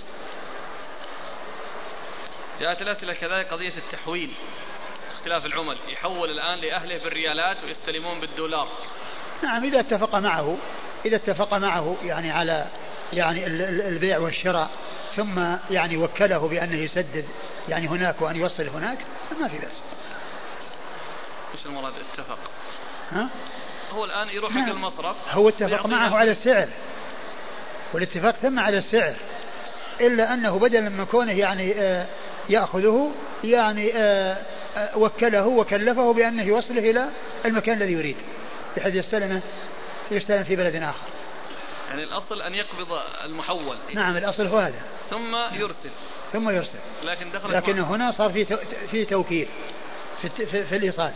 جاءت الأسئلة كذلك قضية التحويل، اختلاف العمل، يحول الآن لأهله بالريالات ويستلمون بالدولار.
نعم إذا اتفق معه يعني على يعني البيع والشراء، ثم يعني وكله بأنه يسدد يعني هناك وأن يوصل هناك ما في بأس.
مش المراد اتفق؟
هو
الآن يروح حق المصرف،
هو اتفق معه على السعر، والاتفاق تم على السعر، إلا أنه بدلا من كونه يعني يأخذه يعني وكله وكلفه بأنه يوصله إلى المكان الذي يريد بحيث يستلم في بلد آخر.
يعني الأصل أن يقبض المحول.
نعم الأصل هو هذا،
ثم يرسل.
لكن هنا صار في توكيل في الإيصال.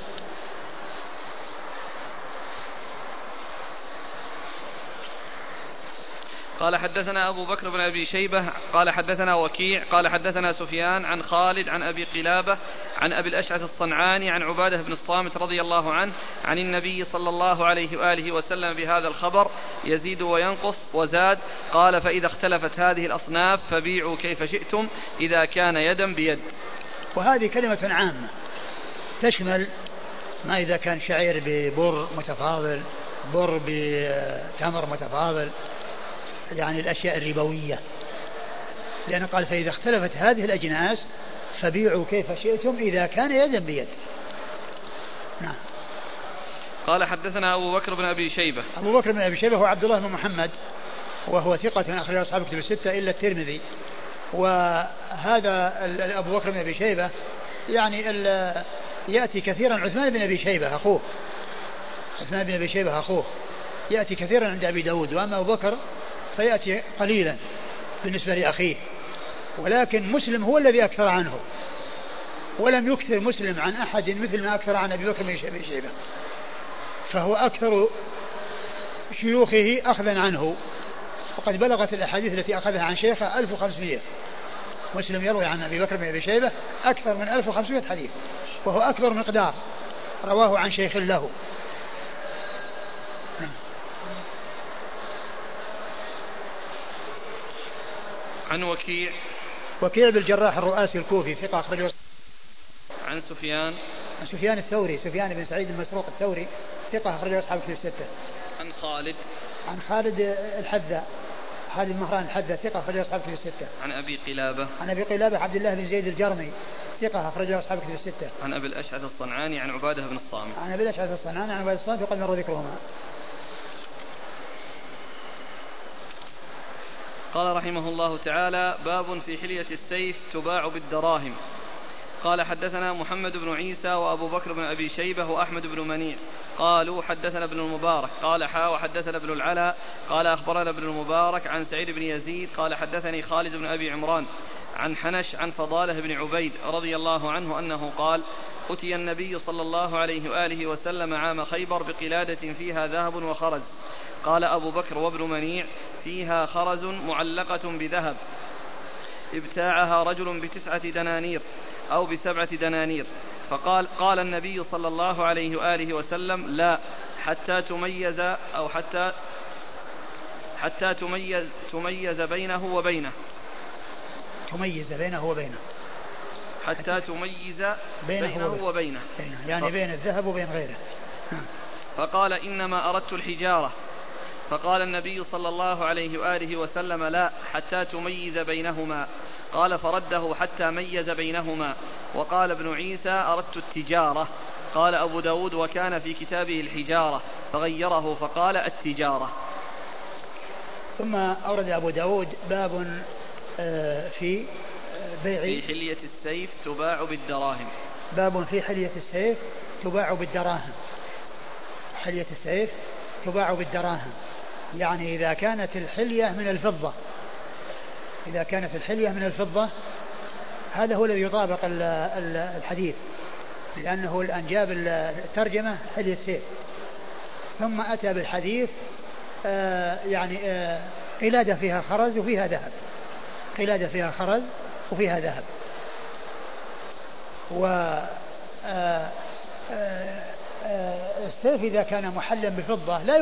قال حدثنا أبو بكر بن أبي شيبة قال حدثنا وكيع قال حدثنا سفيان عن خالد عن أبي قلابة عن أبي الأشعث الصنعاني عن عبادة بن الصامت رضي الله عنه عن النبي صلى الله عليه وآله وسلم بهذا الخبر يزيد وينقص وزاد. قال فإذا اختلفت هذه الأصناف فبيعوا كيف شئتم إذا كان يدا بيد.
وهذه كلمة عامة تشمل ما إذا كان شعير ببر متفاضل، بر بتمر متفاضل، يعني الأشياء الربوية، لأن قال فإذا اختلفت هذه الأجناس فبيعوا كيف شئتم إذا كان يدا بيد. نعم.
قال حدثنا أبو بكر بن أبي شيبة.
أبو بكر بن أبي شيبة هو عبد الله بن محمد، وهو ثقة أخرج أصحاب كتب الستة إلا الترمذي. وهذا أبو بكر بن أبي شيبة يعني يأتي كثيرا عثمان بن أبي شيبة أخوه، عثمان بن أبي شيبة أخوه يأتي كثيرا عند أبي داود، وأما أبو بكر فيأتي قليلا بالنسبة لأخيه. ولكن مسلم هو الذي أكثر عنه، ولم يكثر مسلم عن أحد مثل ما أكثر عن أبي بكر بن شيبة، فهو أكثر شيوخه أخذا عنه، وقد بلغت الأحاديث التي أخذها عن شيخه 1500. مسلم يروي عن أبي بكر بن أبي شيبة أكثر من 1500 حديث، وهو أكبر مقدار رواه عن شيخ له.
عن
وكيع بالجراح الرؤاسي الكوفي ثقة أخرجه.
عن
سفيان الثوري، سفيان بن سعيد المسروق الثوري ثقة أخرجه أصحاب كتب الستة. عن خالد الحذاء، خالد مهران الحذاء ثقة أخرجه أصحاب كتب الستة.
عن أبي قلابة
عبد الله بن زيد الجرمي ثقة أخرجه أصحاب كتب الستة.
عن أبي الأشعث الصنعاني عن عبادة بن الصامت
وقد مر ذكرهما.
قال رحمه الله تعالى: باب في حلية السيف تباع بالدراهم. قال حدثنا محمد بن عيسى وأبو بكر بن أبي شيبة وأحمد بن منيع قالوا حدثنا ابن المبارك قال وحدثنا ابن العلا قال أخبرنا ابن المبارك عن سعيد بن يزيد قال حدثني خالد بن أبي عمران عن حنش عن فضالة بن عبيد رضي الله عنه أنه قال أتي النبي صلى الله عليه وآله وسلم عام خيبر بقلادة فيها ذهب وخرز. قال أبو بكر وابن منيع فيها خرز معلقة بذهب ابتاعها رجل ب9 دنانير أو ب7 دنانير. قال النبي صلى الله عليه وآله وسلم لا حتى تميز أو حتى تميز بينه وبينه حتى تميز بينه وبينه
يعني بين الذهب وبين غيره.
فقال إنما أردت الحجارة. فقال النبي صلى الله عليه وآله وسلم لا حتى تميز بينهما. قال فرده حتى ميز بينهما. وقال ابن عيسى أردت التجارة. قال أبو داود وكان في كتابه الحجارة فغيره فقال التجارة.
ثم أورد أبو داود باب في
حلية السيف تباع بالدراهم.
باب في حلية السيف تباع بالدراهم. حلية السيف تباع بالدراهم يعني إذا كانت الحلية من الفضة هذا هو الذي يطابق الحديث لأنه الآن جاب الترجمة حلية السيف ثم أتى بالحديث قلادة فيها خرز وفيها ذهب السيف إذا كان محلا بفضة لا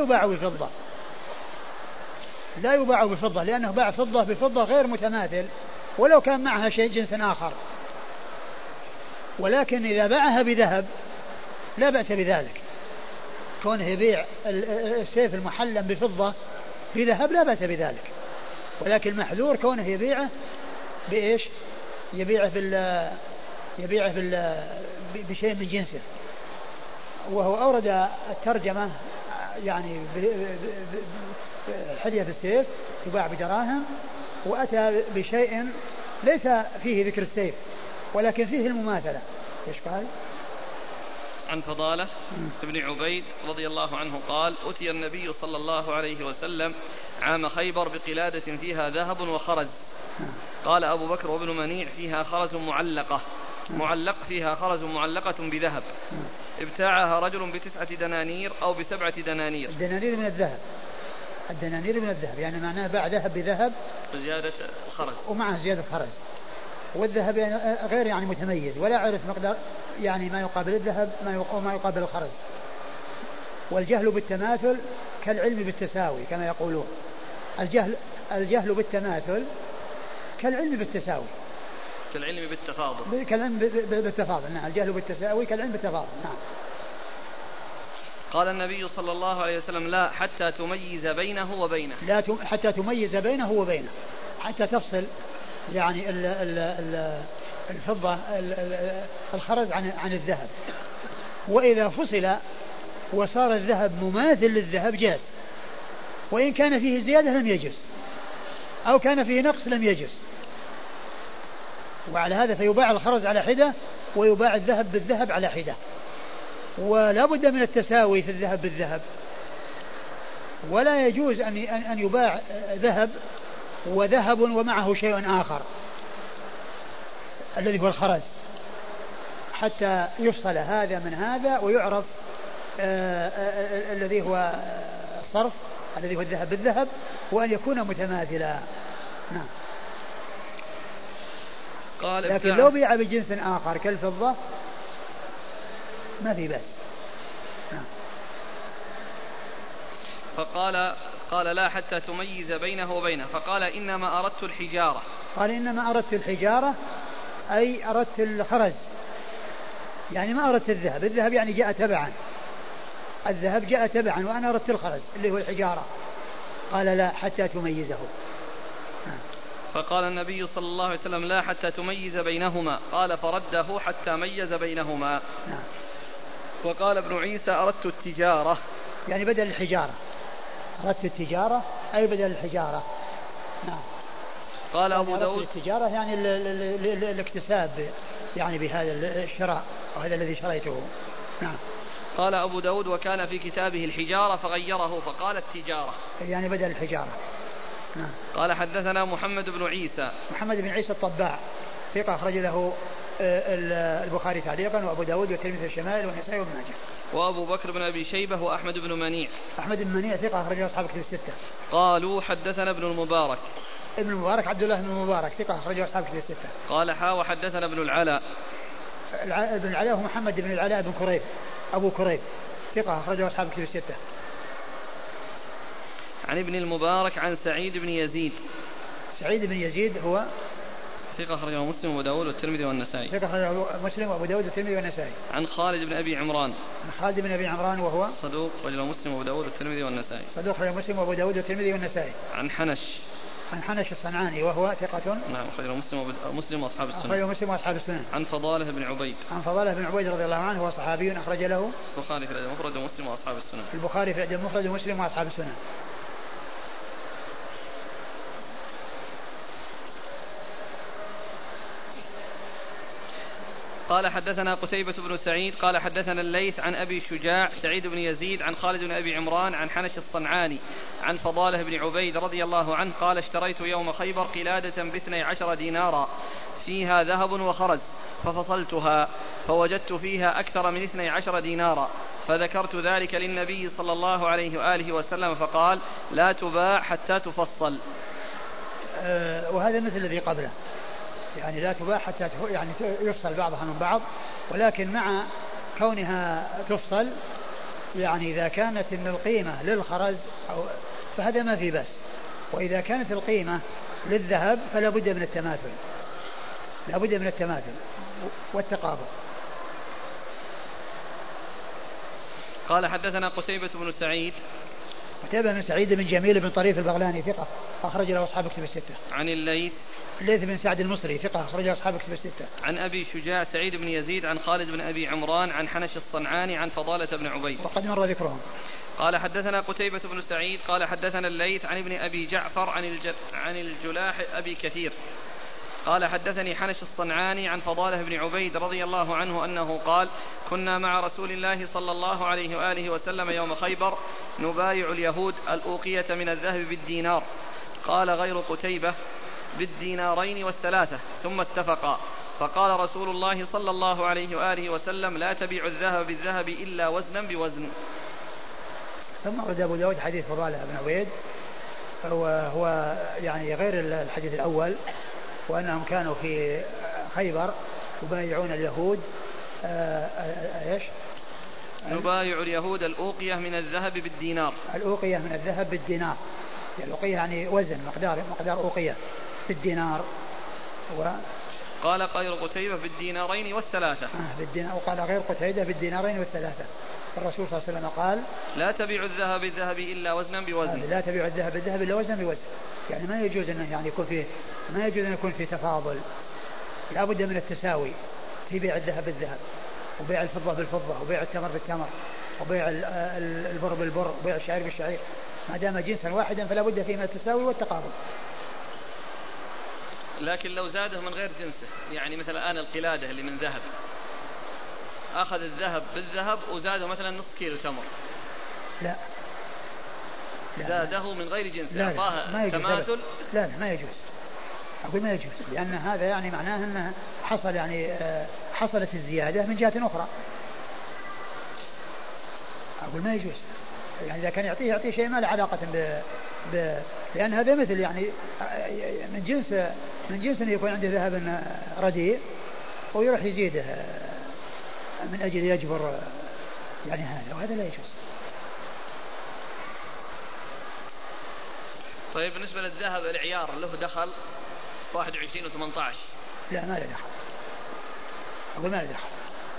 يباع بفضة لأنه باع فضة بفضة غير متماثل ولو كان معها شيء جنس آخر. ولكن إذا باعها بذهب لا بأس بذلك. كونه يبيع السيف المحلى بفضة بذهب لا بأس بذلك. ولكن محذور كونه يبيعه بإيش؟ يبيعه بشيء من جنسه. وهو أورد الترجمة يعني حلية السيف تباع بدراهم وأتى بشيء ليس فيه ذكر السيف ولكن فيه المماثلة. إيش قال؟
عن فضالة ابن عبيد رضي الله عنه قال أتي النبي صلى الله عليه وسلم عام خيبر بقلادة فيها ذهب وخرز. قال أبو بكر وابن منيع فيها خرز معلقة بذهب ابتاعها رجل ب9 دنانير أو ب7 دنانير.
الدنانير من الذهب يعني معناه باع ذهب بذهب
زيادة الخرز
ومعه زيادة خرز. والذهب يعني غير يعني متميز ولا عرف مقدار يعني ما يقابل الذهب ما يقابل الخرز. والجهل بالتماثل كالعلم بالتساوي كما يقولون. الجهل بالتماثل كالعلم بالتساوي
كالعلم بالتفاضل
نعم. الجهل بالتساوي كالعلم بالتفاضل نعم.
قال النبي صلى الله عليه وسلم لا حتى تميز بينه وبينه.
حتى تميز بينه وبينه حتى تفصل يعني الفضة الخرز عن الذهب. وإذا فصل وصار الذهب مماثل للذهب جاز وإن كان فيه زيادة لم يجز أو كان فيه نقص لم يجز. وعلى هذا فيباع الخرز على حدة ويباع الذهب بالذهب على حدة. ولا بد من التساوي في الذهب بالذهب. ولا يجوز أن يباع ذهب وذهب ومعه شيء آخر الذي هو الخرز حتى يفصل هذا من هذا ويعرف الذي هو الصرف الذي هو الذهب بالذهب وأن يكون متماثلا نعم. لكن لو بيع بجنس آخر كالفضة ما في بأس نعم.
قال لا حتى تميز بينه وبينه. فقال إنما أردت الحجارة.
قال إنما أردت الحجارة أي أردت الخرز يعني ما أردت الذهب يعني جاء تبعا. الذهب جاء تبعا وأنا أردت الخرز اللي هو الحجارة. قال لا حتى تميزه.
فقال النبي صلى الله عليه وسلم لا حتى تميز بينهما. قال فرده حتى ميز بينهما. وقال ابن عيسى أردت التجارة
يعني بدل الحجارة. أردت التجارة أي بدل الحجارة نعم.
قال أبو داود
التجارة يعني الاكتساب يعني بهذا الشراء وهذا الذي شريته. نعم.
قال أبو داود وكان في كتابه الحجارة فغيره فقال التجارة
يعني بدل الحجارة. نعم.
قال حدثنا محمد بن عيسى.
محمد بن عيسى الطباع ثقة أخرج له البخاري تعليقا وأبو داود والترمذي الشمائل والنسائي وابن ماجه.
وأبو بكر بن أبي شيبة وأحمد بن منيع.
أحمد بن منيع ثقة أخرج له أصحاب الكتب الستة.
قالوا حدثنا ابن المبارك.
ابن المبارك عبد الله بن المبارك ثقة أخرج له أصحاب الكتب الستة.
قال وحدثنا ابن العلاء.
ابن العلاء هو محمد بن العلاء بن كريب أبو كريب ثقة أخرج له أصحاب الكتب الستة.
عن ابن المبارك عن سعيد بن يزيد.
سعيد بن يزيد هو
ثقة أخرجه مسلم وأبو داود والترمذي والنسائي.
ثقة أخرجه مسلم وأبو داود والترمذي والنسائي.
عن خالد بن أبي عمران.
عن خالد بن أبي عمران وهو
صدوق أخرجه مسلم وأبو داود والترمذي والنسائي.
صدوق أخرجه مسلم وأبو داود والترمذي والنسائي.
عن حنش.
عن حنش الصنعاني وهو ثقة.
نعم أخرجه مسلم وأصحاب السنن.
أخرجه مسلم وأصحاب السنن.
عن فضالة بن عبيد.
عن فضالة بن عبيد رضي الله عنه هو صحابي أخرج له
البخاري في الأدب المفرد ومسلم وأصحاب السنن.
البخاري في الأدب المفرد ومسلم وأصحاب السنن.
قال حدثنا قتيبة بن سعيد قال حدثنا الليث عن أبي شجاع سعيد بن يزيد عن خالد بن أبي عمران عن حنش الصنعاني عن فضالة بن عبيد رضي الله عنه قال اشتريت يوم خيبر قلادة ب12 دينارا فيها ذهب وخرز ففصلتها فوجدت فيها أكثر من 12 دينارا فذكرت ذلك للنبي صلى الله عليه وآله وسلم فقال لا تباع حتى تفصل.
وهذا مثل الذي قبله يعني لا تباع حتى يعني يفصل بعضها من بعض ولكن مع كونها تفصل يعني إذا كانت إن القيمة للخرز فهذا ما في بس وإذا كانت القيمة للذهب فلا بد من التماثل لا بد من التماثل والتقابل.
قال حدثنا قتيبة بن سعيد.
قتيبة بن سعيد بن جميل بن طريف البغلاني ثقة أخرج له أصحاب كتب الستة.
عن الليث
بن سعد المصري ثقة أخرج له أصحاب كتب الستة.
عن أبي شجاع سعيد بن يزيد عن خالد بن أبي عمران عن حنش الصنعاني عن فضالة بن عبيد
وقد مر ذكرهم.
قال حدثنا قتيبة بن سعيد قال حدثنا الليث عن ابن أبي جعفر عن الجلاح أبي كثير قال حدثني حنش الصنعاني عن فضالة بن عبيد رضي الله عنه أنه قال كنا مع رسول الله صلى الله عليه وآله وسلم يوم خيبر نبايع اليهود الأوقية من الذهب بالدينار قال غير قتيبة بالدينارين والثلاثة ثم اتفقا فقال رسول الله صلى الله عليه وآله وسلم لا تبيع الذهب بالذهب إلا وزنا بوزن.
ثم ورد أبو داود حديث فضالة بن عبيد هو يعني غير الحديث الأول وأنهم كانوا في خيبر يبايعون اليهود ايش؟
نبايع اليهود الأوقية من الذهب بالدينار.
الأوقية من الذهب بالدينار الأوقية يعني وزن مقدار أوقية بالدينار
قال غير قتيبة بالدينارين والثلاثة
وقال غير قتيبة بالدينارين والثلاثة. الرسول صلى الله عليه وسلم قال
لا تبيع الذهب بالذهب إلا وزنا بوزن.
لا تبيع الذهب بالذهب إلا وزنا بوزن يعني ما يجوز أنه يعني يكون فيه تفاضل لا بد من التساوي في بيع الذهب بالذهب وبيع الفضة بالفضة وبيع التمر بالتمر وبيع البر بالبر وبيع الشعير بالشعير ما دام جنسا واحدا فلا بد فيه من التساوي والتقابل.
لكن لو زاده من غير جنسه يعني مثل الآن القلادة اللي من ذهب أخذ الذهب بالذهب وزاده مثلا نصف كيلو تمر
لا
زاده من غير جنسه أعطاها تماثل
لا ما يجوز أقول ما يجوز لأن هذا يعني معناه أنه حصل يعني حصلت الزيادة من جهة أخرى. أقول ما يجوز يعني إذا كان يعطيه شيء ما له علاقة لأن هذا مثل يعني من جنس أن يكون عنده ذهب رديء ويروح يزيده من أجل يجبر يعني هذا وهذا لا يجوز.
طيب بالنسبة للذهب العيار له دخل 21 و18
لا ما له دخل أقول ما له دخل.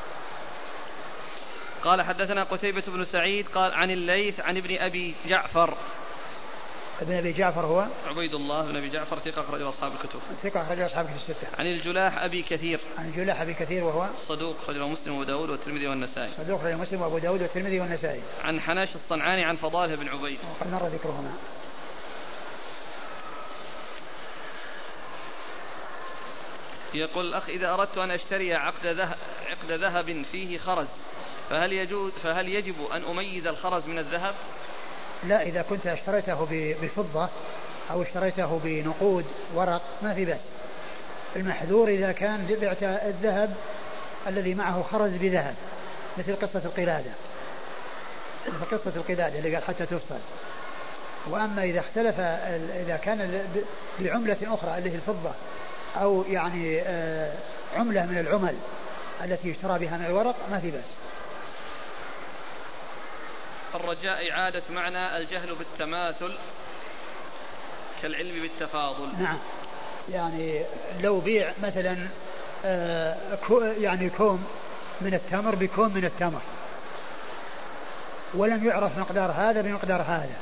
قال حدثنا قتيبة بن سعيد قال عن الليث عن ابن أبي جعفر.
ابن أبي جعفر هو
عبيد الله بن أبي جعفر ثقة أخرجه أصحاب الكتب.
ثقة أخرجه أصحاب الكتب الستة.
عن الجلاح أبي كثير.
عن الجلاح أبي كثير وهو
صدوق أخرجه مسلم وأبو داود والترمذي والنسائي.
صدوق أخرجه مسلم وأبو داود والترمذي والنسائي.
عن حناش الصنعاني عن فضالة بن عبيد
وقد مر ذكرهما.
يقول الأخ: إذا أردت أن أشتري عقد ذهب فيه خرز فهل يجب أن أميز الخرز من الذهب؟
لا، إذا كنت اشتريته بفضة أو اشتريته بنقود ورق ما في بأس. المحذور إذا كان بعت الذهب الذي معه خرز بذهب، مثل قصة القلادة اللي قال حتى تفصل. وأما إذا اختلف، إذا كان بعملة أخرى اللي هي الفضة أو يعني عملة من العمل التي يشترى بها من الورق ما في بأس.
الرجاء إعادة معنى الجهل بالتماثل كالعلم بالتفاضل.
نعم، يعني لو بيع مثلا يعني كوم من التمر بكوم من التمر ولم يعرف مقدار هذا بمقدار هذا،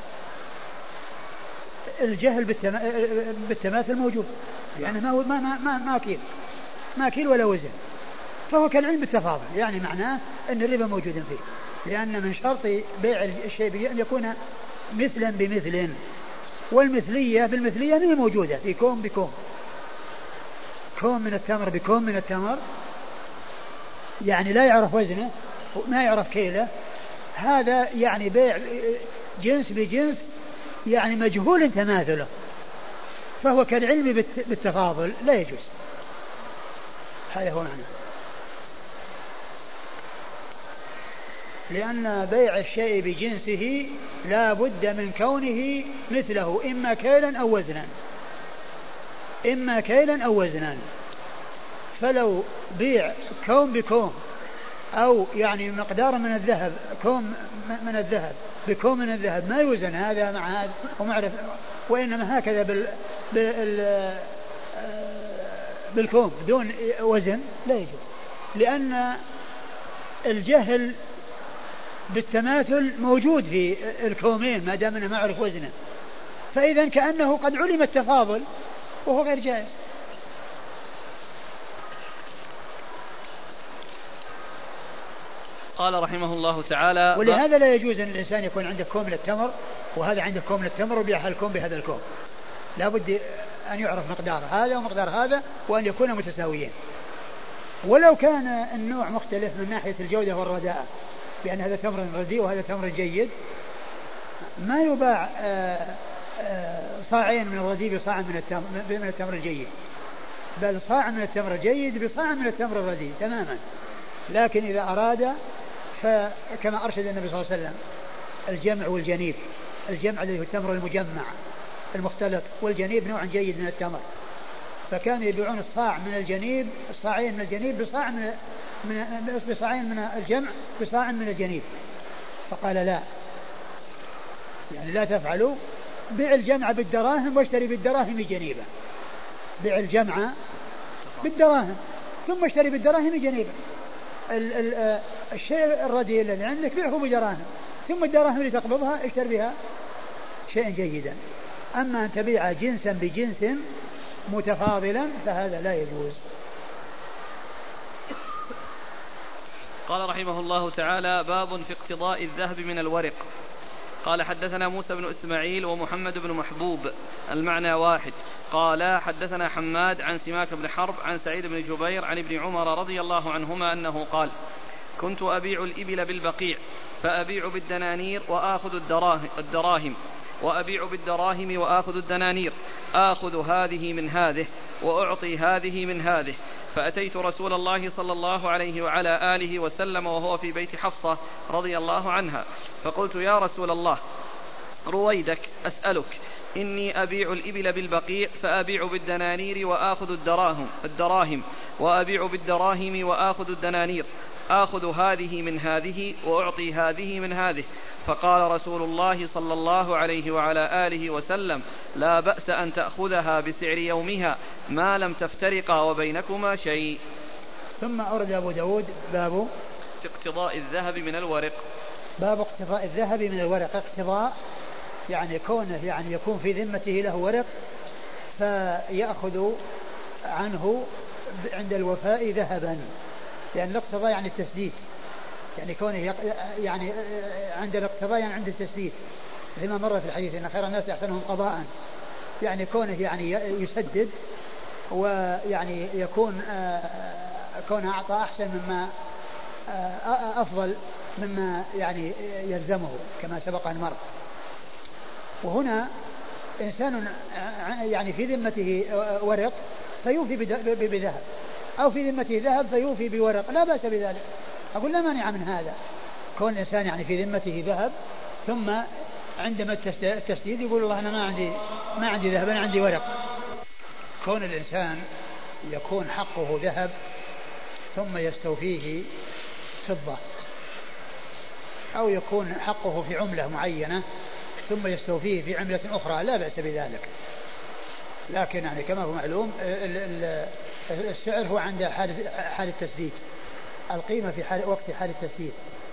الجهل بالتماثل موجود، يعني ما كيل ولا وزن، فهو كالعلم بالتفاضل، يعني معناه أن الربا موجود فيه، لأن من شرط بيع الشيء أن يكون مثلا بمثل، والمثلية بالمثلية ما موجودة في كوم بكوم. كوم من التمر بكوم من التمر يعني لا يعرف وزنه ما يعرف كيله، هذا يعني بيع جنس بجنس يعني مجهول تماثله، فهو كالعلم بالتفاضل لا يجوز. هذا هو معنى، لأن بيع الشيء بجنسه لا بد من كونه مثله، إما كيلا أو وزنا. فلو بيع كوم بكوم أو يعني مقدار من الذهب، كوم من الذهب بكوم من الذهب ما يوزن هذا مع هذا ومعرف، وإنما هكذا بالكوم بدون وزن لا يجوز، لأن الجهل بالتماثل موجود في الكومين ما دام انه ما يعرف وزنه، فإذا كأنه قد علم التفاضل وهو غير جائز.
قال رحمه الله تعالى:
ولهذا لا يجوز أن الإنسان يكون عنده كوم من التمر وهذا عنده كوم من التمر وبيع الكوم بهذا الكوم، لا بد أن يعرف مقدار هذا ومقدار هذا وأن يكون متساويين. ولو كان النوع مختلف من ناحية الجودة والرداءة، بأن هذا تمر رديء وهذا تمر جيد، ما يباع صاعين من الرديء بصاع من التمر الجيد، بل صاع من التمر الجيد بصاع من التمر الرديء تماما. لكن إذا أراد فكما أرشد النبي صلى الله عليه وسلم الجمع والجنيب، الجمع الذي هو التمر المجمع المختلط، والجنيب نوع جيد من التمر، فكانوا يبيعون الصاع من الجنيب، الصاعين من الجنيب بصاعين من الجمع بصاع من الجنيب. فقال لا، يعني لا تفعلوا، بيع الجمع بالدراهم واشتري بالدراهم جنيبا، بيع الجمع بالدراهم ثم اشتري بالدراهم جنيبا. الشيء الرديء الذي عندك بيعه بدراهم، ثم الدراهم اللي تقبضها اشتري بها شيئا جيدا. أما أن تبيع جنسا بجنس متفاضلا فهذا لا يجوز.
قال رحمه الله تعالى: باب في اقتضاء الذهب من الورق. قال: حدثنا موسى بن إسماعيل ومحمد بن محبوب المعنى واحد. قال: حدثنا حماد عن سماك بن حرب عن سعيد بن جبير عن ابن عمر رضي الله عنهما أنه قال: كنت أبيع الإبل بالبقيع فأبيع بالدنانير وآخذ الدراهم، وأبيع بالدراهم وآخذ الدنانير، آخذ هذه من هذه وأعطي هذه من هذه. فأتيت رسول الله صلى الله عليه وعلى آله وسلم وهو في بيت حفصة رضي الله عنها، فقلت: يا رسول الله، رويدك أسألك، إني أبيع الإبل بالبقيع فأبيع بالدنانير وآخذ الدراهم، وأبيع بالدراهم وآخذ الدنانير، آخذ هذه من هذه وأعطي هذه من هذه. فقال رسول الله صلى الله عليه وعلى آله وسلم: لا بأس أن تأخذها بسعر يومها ما لم تفترقا وبينكما شيء.
ثم أورد أبو داود باب
في اقتضاء الذهب من الورق.
باب اقتضاء الذهب من الورق. اقتضاء يعني كونه يعني يكون في ذمته له ورق فيأخذ عنه عند الوفاء ذهبا، يعني الاقتضاء يعني التسديد، يعني كونه يعني عند الاقتضاء يعني عند التسديد، زي ما مر في الحديث ان خير الناس احسنهم قضاء، يعني كونه يعني يسدد ويعني يكون كون أعطى أحسن مما أفضل مما يعني يلزمه كما سبق أن مر. وهنا إنسان يعني في ذمته ورق فيوفي بذهب، أو في ذمته ذهب فيوفي بورق، لا بأس بذلك، أقول لا مانع من هذا. كون الإنسان يعني في ذمته ذهب ثم عندما التسديد يقول الله أنا ما عندي ذهب، أنا عندي ورق. كون الإنسان يكون حقه ذهب ثم يستوفيه فضة، أو يكون حقه في عملة معينة ثم يستوفيه في عملة أخرى، لا بأس بذلك. لكن يعني كما هو معلوم السعر هو عند حال التسديد، القيمة في وقت حال التسديد.